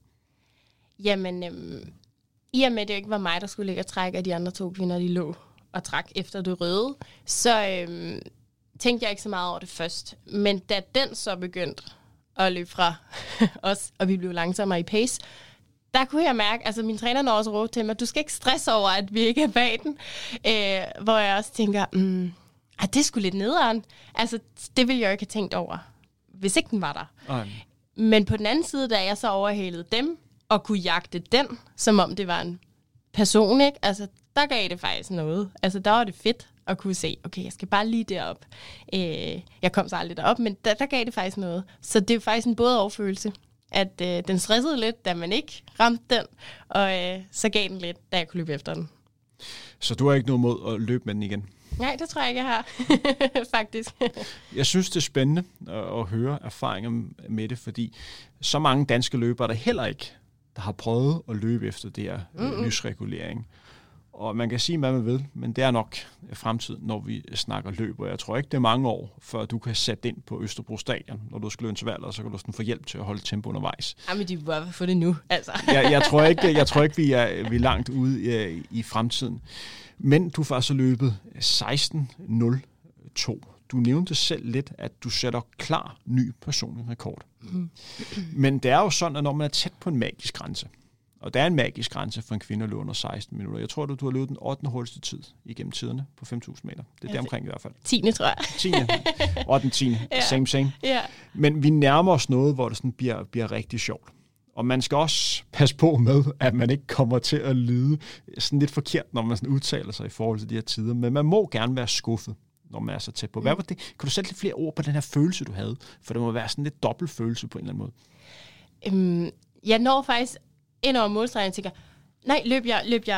Jamen, øhm, i og med, at det ikke var mig, der skulle ligge og trække, at de andre to kvinder, de lå og trak efter det røde, så øhm, tænkte jeg ikke så meget over det først. Men da den så begyndte at løbe fra os, og vi blev langsommere i pace, der kunne jeg mærke, altså min træner når også råbe til mig, du skal ikke stresse over, at vi ikke er bag den. Øh, hvor jeg også tænker, mm, ah, det er sgu lidt nederen. Altså, det ville jeg ikke have tænkt over, hvis ikke den var der. Ej. Men på den anden side, da jeg så overhalede dem, og kunne jagte den, som om det var en person, ikke? Altså, der gav det faktisk noget. Altså, der var det fedt at kunne se, okay, jeg skal bare lige derop. Øh, jeg kom så aldrig derop, men der, der gav det faktisk noget. Så det er faktisk en både overfølelse, at øh, den stressede lidt, da man ikke ramte den, og øh, så gav den lidt, da jeg kunne løbe efter den. Så du har ikke noget mod at løbe med den igen? Nej, det tror jeg ikke, jeg har, faktisk. Jeg synes, det er spændende at, at høre erfaringer med det, fordi så mange danske løbere, der heller ikke der har prøvet at løbe efter det her mm-hmm. lysregulering. Og man kan sige, hvad man vil, men det er nok fremtiden, når vi snakker løb. Og jeg tror ikke, det er mange år, før du kan sætte ind på Østerbro Stadion, når du skal løbe intervaller, og så kan du sådan få hjælp til at holde tempo undervejs. Jamen, de må få det nu, altså. jeg, jeg, tror ikke, jeg tror ikke, vi er, vi er langt ude i, i fremtiden. Men du har faktisk løbet seksten nul to. Du nævnte selv lidt, at du sætter klar ny personlig rekord. Mm. Men det er jo sådan, at når man er tæt på en magisk grænse, og der er en magisk grænse for en kvinde at løbe under seksten minutter. Jeg tror, du har løbet den ottende hurtigste tid igennem tiderne på fem tusind meter. Det er der omkring i hvert fald. tiende tror jeg. tiende ottende tiende Ja. Same, same. Ja. Men vi nærmer os noget, hvor det sådan bliver, bliver rigtig sjovt. Og man skal også passe på med, at man ikke kommer til at lyde sådan lidt forkert, når man sådan udtaler sig i forhold til de her tider. Men man må gerne være skuffet, når man er så tæt på. Hvad var det? Kan du sætte lidt flere ord på den her følelse, du havde? For det må være sådan lidt dobbelt følelse på en eller anden måde. Øhm, jeg når faktisk ind over målstregen og tænker, nej, løb jeg, løb jeg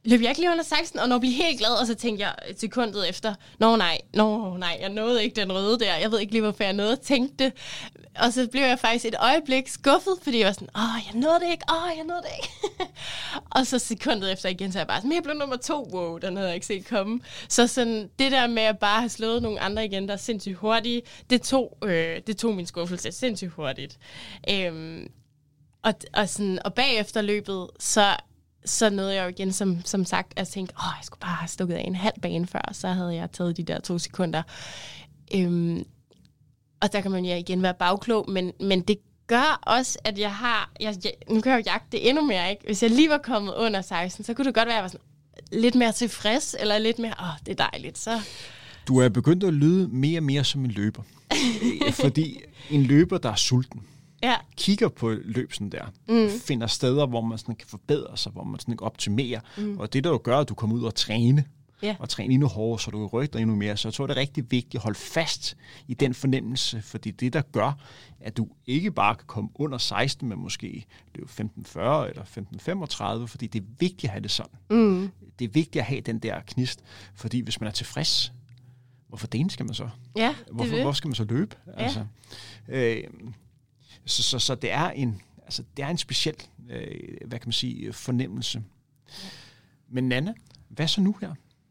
løb jeg ikke lige under seksten, og når jeg blev helt glad, og så tænkte jeg et sekundet efter, nå nej, nå nej, jeg nåede ikke den røde der, jeg ved ikke lige, hvorfor jeg nåede at tænke det. Og så blev jeg faktisk et øjeblik skuffet, fordi jeg var sådan, åh, jeg nåede det ikke, åh, jeg nåede det ikke. Og så sekundet efter igen, så jeg bare sådan, men jeg blev nummer to, wow, den havde jeg ikke set komme. Så sådan, det der med at bare have slået nogle andre igen, der er sindssygt hurtige, det tog, øh, det tog min skuffelse sindssygt hurtigt. Øhm, og, og, sådan, og bagefter løbet, så så nåede jeg jo igen, som, som sagt, at tænke, åh, jeg skulle bare have stukket af en halv bane før, så havde jeg taget de der to sekunder. Øhm, og der kan man ja igen være bagklog, men, men det gør også, at jeg har, jeg, jeg, nu kan jeg jo jagte det endnu mere, ikke? Hvis jeg lige var kommet under seksten, så kunne det godt være, at jeg var sådan lidt mere tilfreds, eller lidt mere, åh, det er dejligt, så... Du er begyndt at lyde mere og mere som en løber. Fordi en løber, der er sulten, ja. kigger på løb sådan der, mm. finder steder, hvor man sådan kan forbedre sig, hvor man sådan kan optimere. Mm. Og det, der jo gør, at du kommer ud og træne, yeah. og træne endnu hårdere, så du kan rykke dig endnu mere. Så jeg tror, det er rigtig vigtigt at holde fast i den fornemmelse, fordi det, der gør, at du ikke bare kan komme under seksten, men måske løbe femten fyrre eller femten femogtredive, fordi det er vigtigt at have det sådan. Mm. Det er vigtigt at have den der knist, fordi hvis man er tilfreds, hvorfor delen skal man så? Ja, hvorfor, det hvor skal man så løbe? Ja. Altså, øh, så, så, så det er en, altså det er en speciel, øh, hvad kan man sige, fornemmelse. Ja. Men Nanna, hvad så nu her?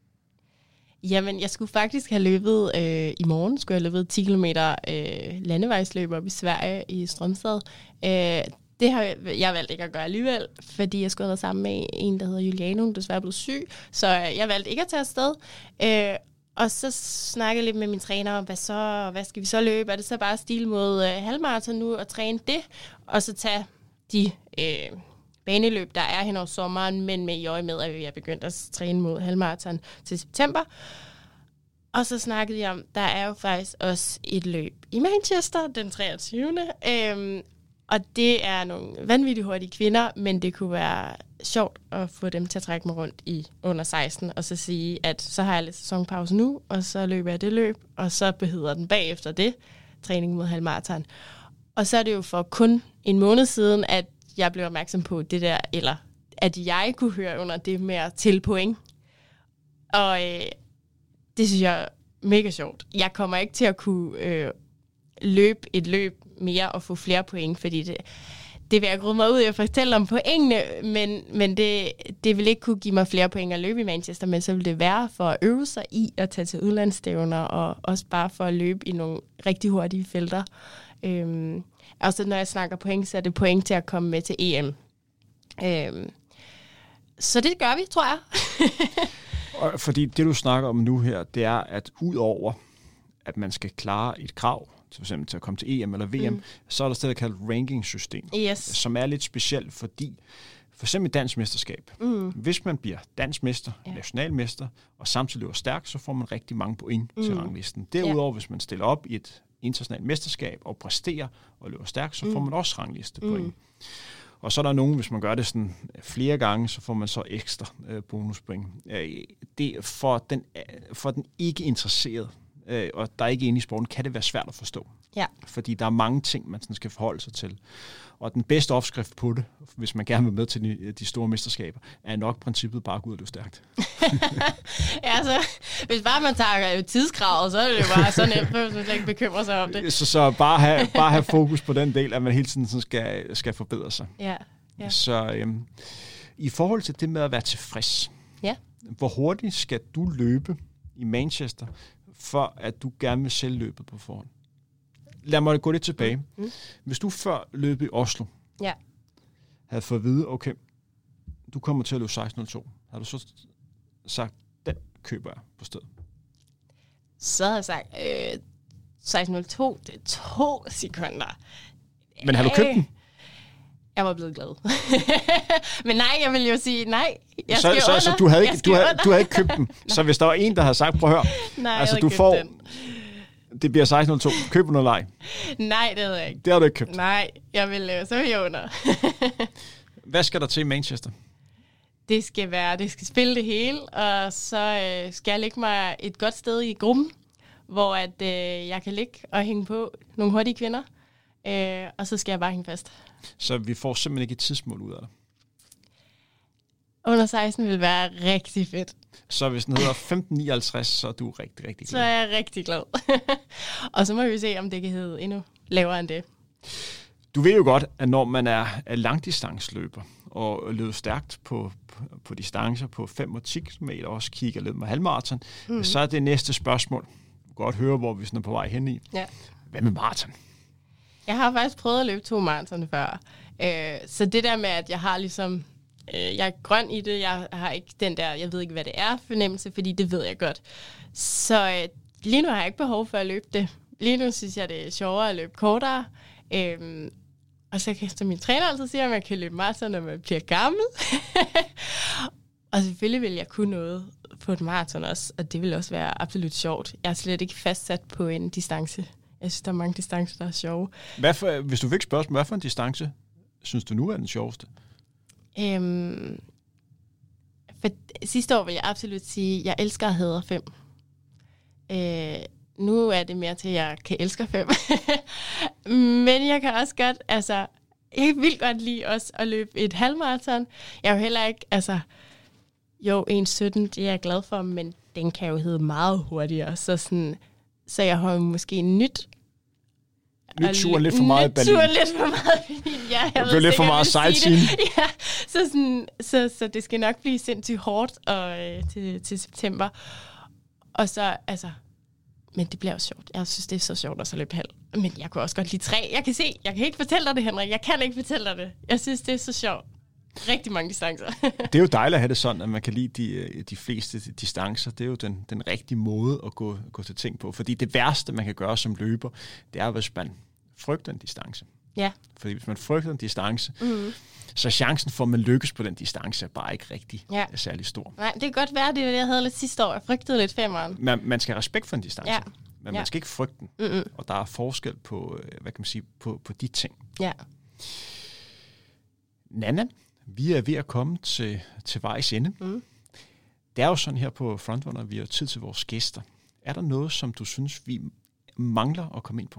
Jamen, jeg skulle faktisk have løbet øh, i morgen, skulle jeg have løbet ti kilometer øh, landevejsløb op i Sverige i Strømstad. Øh, det har jeg, jeg valgt ikke at gøre alligevel, fordi jeg skulle have været sammen med en, der hedder Juliane, hun er desværre blevet syg, så jeg valgte ikke at tage afsted. Øh, Og så snakkede jeg lidt med min træner om, hvad så, hvad skal vi så løbe? Er det så bare stil mod øh, halvmarathon nu og træne det? Og så tage de øh, baneløb, der er hen over sommeren, men med i øje med, at jeg er begyndt at træne mod halvmarathon til september. Og så snakkede jeg om, der er jo faktisk også et løb i Manchester den treogtyvende Øhm, og det er nogle vanvittigt hurtige kvinder, men det kunne være sjovt at få dem til at trække mig rundt i under seksten, og så sige, at så har jeg lidt sæsonpause nu, og så løber jeg det løb, og så behøver den bagefter det, træning mod halvmarathon. Og så er det jo for kun en måned siden, at jeg blev opmærksom på det der, eller at jeg kunne høre under det med til point. Og øh, det synes jeg er mega sjovt. Jeg kommer ikke til at kunne øh, løbe et løb mere og få flere point, fordi det, det vil jeg grue mig ud i at fortælle om pointene, men, men det, det vil ikke kunne give mig flere point at løbe i Manchester, men så vil det være for at øve sig i at tage til udlandsstævner, og også bare for at løbe i nogle rigtig hurtige felter. Øhm, også når jeg snakker point, så er det point til at komme med til E M. Øhm, så det gør vi, tror jeg. Og fordi det, du snakker om nu her, det er, at ud over, at man skal klare et krav, for eksempel til at komme til E M eller V M, mm. så er der stedet kaldt ranking-system, yes. som er lidt specielt, fordi for eksempel et dansk mesterskab, mm. hvis man bliver dansk mester, yeah. nationalmester, og samtidig løber stærkt, så får man rigtig mange point mm. til ranglisten. Derudover, yeah. hvis man stiller op i et internationalt mesterskab og præsterer og løber stærkt, så får man også ranglistepoint. Mm. Og så er der nogen, hvis man gør det sådan flere gange, så får man så ekstra øh, bonuspoint. Øh, det for den, for den ikke interesserede, øh, og der er ikke inde i sporten, kan det være svært at forstå. Ja. Fordi der er mange ting, man sådan skal forholde sig til. Og den bedste opskrift på det, hvis man gerne vil med til de, de store mesterskaber, er nok princippet bare at gå ud og løbe stærkt. Ja, så hvis bare man tager tidskravet, så er det jo bare så nemt, at man slet ikke bekymre sig om det. Så, så bare, have, bare have fokus på den del, at man hele tiden sådan skal, skal forbedre sig. Ja. Ja. Så øhm, i forhold til det med at være tilfreds, ja. hvor hurtigt skal du løbe i Manchester, for at du gerne vil selv løbe på forhånd? Lad mig gå lidt tilbage. Mm. Hvis du før løb i Oslo, ja. havde fået at vide, okay, du kommer til at løbe seksten nul to, har du så sagt, den køber jeg på stedet? Så har jeg sagt, øh, seksten nul to, det er to sekunder. Men har du købt den? Jeg var blevet glad. Men nej, jeg vil jo sige, nej, jeg så, skal så, under. Så du havde ikke, du havde, du havde ikke købt den? Så hvis der var en, der havde sagt, prøv at høre, nej, altså du får... Den. Det bliver seksten nul to. Køb noget leg. Nej, det havde jeg ikke. Det har du ikke købt. Nej, jeg vil, så vil jeg under. Hvad skal der til i Manchester? Det skal være, det skal spille det hele, og så øh, skal jeg lægge mig et godt sted i gruppen, hvor at, øh, jeg kan ligge og hænge på nogle hurtige kvinder, øh, og så skal jeg bare hænge fast. Så vi får simpelthen ikke et tidsmål ud af det? Under seksten vil være rigtig fedt. Så hvis den hedder femten nioghalvtreds, så er du rigtig, rigtig glad. Så er jeg rigtig glad. Og så må vi se, om det kan hedde endnu lavere end det. Du ved jo godt, at når man er, er langdistanceløber og løber stærkt på, på, på distancer på fem og ti kilometer, også kigger løb med halvmarathon, mm. så er det næste spørgsmål. Du kan godt høre, hvor vi sådan er på vej hen i. Ja. Hvad med maraton? Jeg har faktisk prøvet at løbe to maraton før. Øh, så det der med, at jeg har ligesom... Øh, jeg er grøn i det. Jeg har ikke den der, jeg ved ikke, hvad det er, fornemmelse, fordi det ved jeg godt. Så øh, lige nu har jeg ikke behov for at løbe det. Lige nu synes jeg, det er sjovere at løbe kortere. Øh, og så kan som min træner altid sige, at man kan løbe maraton, når man bliver gammel. Og selvfølgelig vil jeg kunne noget på et maraton også, og det vil også være absolut sjovt. Jeg er slet ikke fastsat på en distance. Jeg synes, der er mange distancer, der er sjove. Hvad for, hvis du fik spørgsmål, hvad for en distance synes du nu er den sjoveste? Øhm, for sidste år vil jeg absolut sige, at jeg elsker at hader fem. Øh, nu er det mere til, at jeg kan elske fem. Men jeg kan også godt, altså, jeg vil godt lide også at løbe et halvmarathon. Jeg er jo heller ikke, altså, jo, en sytten, det er jeg glad for, men den kan jo hedde meget hurtigere. Så, sådan, så jeg har måske nyt Nyt tur lidt for meget Berlin. Nyt tur lidt for meget Berlin, ja. Jeg det blev lidt for meget sightseeing. Ja, så, sådan, så, så det skal nok blive sindssygt hårdt og, øh, til, til september. Og så, altså, men det bliver jo sjovt. Jeg synes, det er så sjovt at så løbe halv. Men jeg kunne også godt lide tre. Jeg kan se, jeg kan ikke fortælle dig det, Henrik. Jeg kan ikke fortælle dig det. Jeg synes, det er så sjovt. Rigtig mange distancer. Det er jo dejligt at have det sådan, at man kan lide de, de fleste distancer. Det er jo den, den rigtige måde at gå, gå til ting på. Fordi det værste, man kan gøre som løber, det er, hvis man frygter en distance. Ja. Fordi hvis man frygter en distance, mm-hmm. så chancen for, at man lykkes på den distance, er bare ikke rigtig ja. er særlig stor. Nej, det kan godt være, det var det, jeg havde lidt sidste år. Jeg frygtede lidt femmeren. Man, man skal have respekt for en distance, ja. men ja. man skal ikke frygte den. Mm-hmm. Og der er forskel på, hvad kan man sige, på, på de ting. Ja. Nanna, vi er ved at komme til, til vejs ende. Mm. Det er jo sådan her på Frontrunner, vi har tid til vores gæster. Er der noget, som du synes, vi mangler at komme ind på?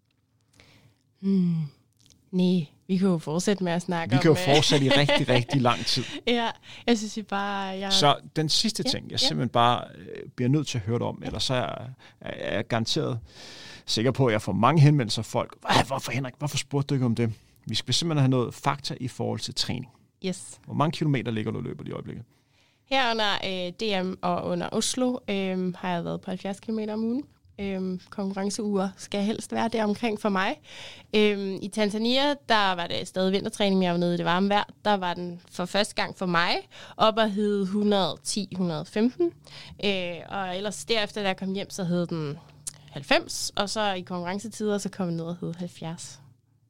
Hmm. Nej, vi kan jo fortsætte med at snakke om... Vi kan om, jo fortsætte i rigtig, rigtig lang tid. Ja, jeg synes jo bare... Jeg... Så den sidste ting, jeg ja, simpelthen bare øh, bliver nødt til at høre dig om, ja. Ellers så er, er jeg garanteret sikker på, at jeg får mange henvendelser af folk. Hvorfor, Henrik, hvorfor spurgte du ikke om det? Vi skal simpelthen have noget fakta i forhold til træning. Yes. Hvor mange kilometer ligger du og løber i øjeblikket? Her under øh, D M og under Oslo øh, har jeg været på halvfjerds kilometer om ugen. Øhm, konkurrenceuger skal helst være der omkring for mig. Øhm, I Tanzania, der var det stadig vintertræning, jeg var nede i det varme vejr. Der var den for første gang for mig op at hedde et hundrede og ti til et hundrede og femten. Øh, og ellers derefter, da jeg kom hjem, så hed den halvfems. Og så i konkurrencetider, så kom den ned og hed halvfjerds.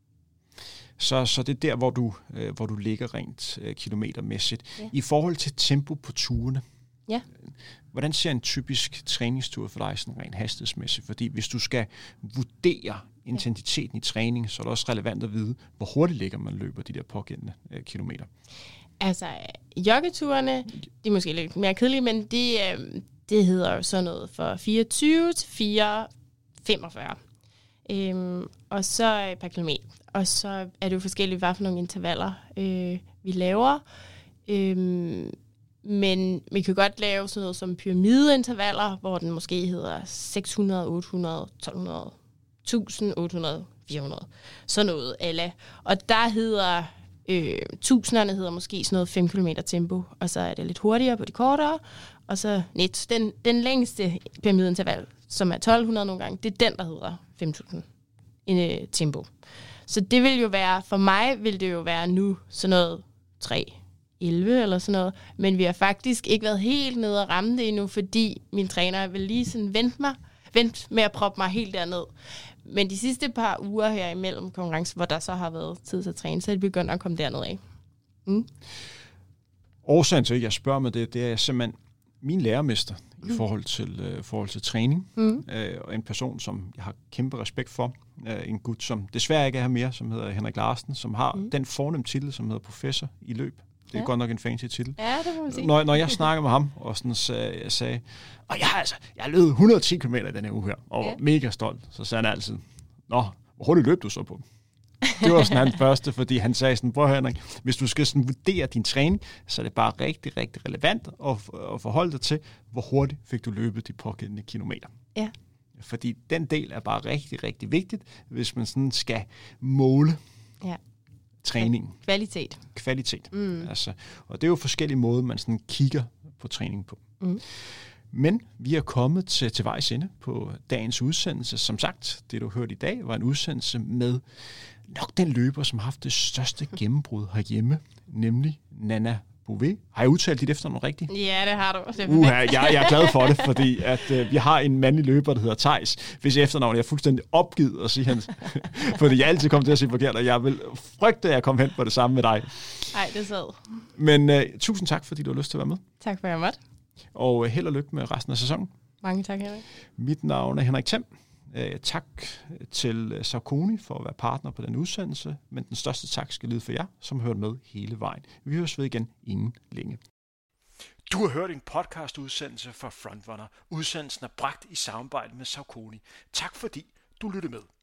Så, så det er der, hvor du, øh, hvor du ligger rent øh, kilometermæssigt. Ja. I forhold til tempo på turene, ja. Hvordan ser en typisk træningstur for dig sådan rent hastighedsmæssigt? Fordi hvis du skal vurdere intensiteten ja. i træning, så er det også relevant at vide, hvor hurtigt ligger man løber de der pågældende øh, kilometer. Altså, joggeturene, de er måske lidt mere kedelige, men de, øh, det hedder jo sådan noget for fireogtyve til fire femogfyrre. Øhm, og så per kilometer. Og så er det jo forskelligt, hvad for nogle intervaller øh, vi laver. Øhm, men vi kan godt lave sådan noget som pyramideintervaller, hvor den måske hedder seks hundrede, otte hundrede, tolv hundrede, tusind, otte hundrede, fire hundrede. Sådan noget alla. Og der hedder øh, tusinderne hedder måske sådan noget fem kilometer tempo, og så er det lidt hurtigere på de kortere. Og så net, den, den længste pyramideinterval, som er tolv hundrede nogle gange, det er den, der hedder fem tusind i tempo. Så det vil jo være, for mig vil det jo være nu sådan noget tre elleve eller sådan noget, men vi har faktisk ikke været helt nede og ramme det endnu, fordi min træner vil lige sådan vente mig, vente med at proppe mig helt derned. Men de sidste par uger her imellem konkurrence, hvor der så har været tid til at træne, så er det begyndt at komme derned af. Mm. Årsagen til, at jeg spørger med det, det er simpelthen min lærermester mm. i forhold til, øh, forhold til træning, mm. øh, og en person, som jeg har kæmpe respekt for, øh, en gut, som desværre ikke er her mere, som hedder Henrik Larsen, som har mm. den fornemme titel, som hedder professor i løb. Det er ja. godt nok en fancy titel. Ja, det må man sige. Når, når jeg snakker med ham, og sådan sagde, jeg sagde, og jeg har altså, jeg har løbet et hundrede og ti kilometer i den her uge her, og ja. mega stolt, så sagde han altid, nå, hvor hurtigt løb du så på? Det var sådan hans første, fordi han sagde sådan, prøv Henrik, hvis du skal sådan vurdere din træning, så er det bare rigtig, rigtig relevant at, at forholde dig til, hvor hurtigt fik du løbet de pågældende kilometer. Ja. Fordi den del er bare rigtig, rigtig vigtigt, hvis man sådan skal måle ja. træningen. Kvalitet. Kvalitet. Mm. Altså, og det er jo forskellige måder, man sådan kigger på træning på. Mm. Men vi er kommet til, til vejs ende på dagens udsendelse. Som sagt, det du hørte i dag, var en udsendelse med nok den løber, som har haft det største gennembrud herhjemme, nemlig Nana Bouvet. Har jeg udtalt dit efternavn rigtigt? Ja, det har du. Det er Uha, jeg, jeg er glad for det, fordi at, øh, vi har en mandlig løber, der hedder Theis, hvis efternavn jeg er fuldstændig opgivet at sige hans. Fordi jeg altid kommer til at sige forkert, og jeg vil frygte, at jeg kommer hen på det samme med dig. Nej, det er sad. Men øh, tusind tak, fordi du har lyst til at være med. Tak for, at jeg måtte. Og øh, held og lykke med resten af sæsonen. Mange tak, Henrik. Mit navn er Henrik Them. Øh, tak til Saucony for at være partner på den udsendelse, men den største tak skal lyde for jer, som har hørt med hele vejen. Vi høres ved igen inden længe. Du har hørt en podcast-udsendelse fra Frontrunner. Udsendelsen er bragt i samarbejde med Saucony. Tak fordi du lyttede med.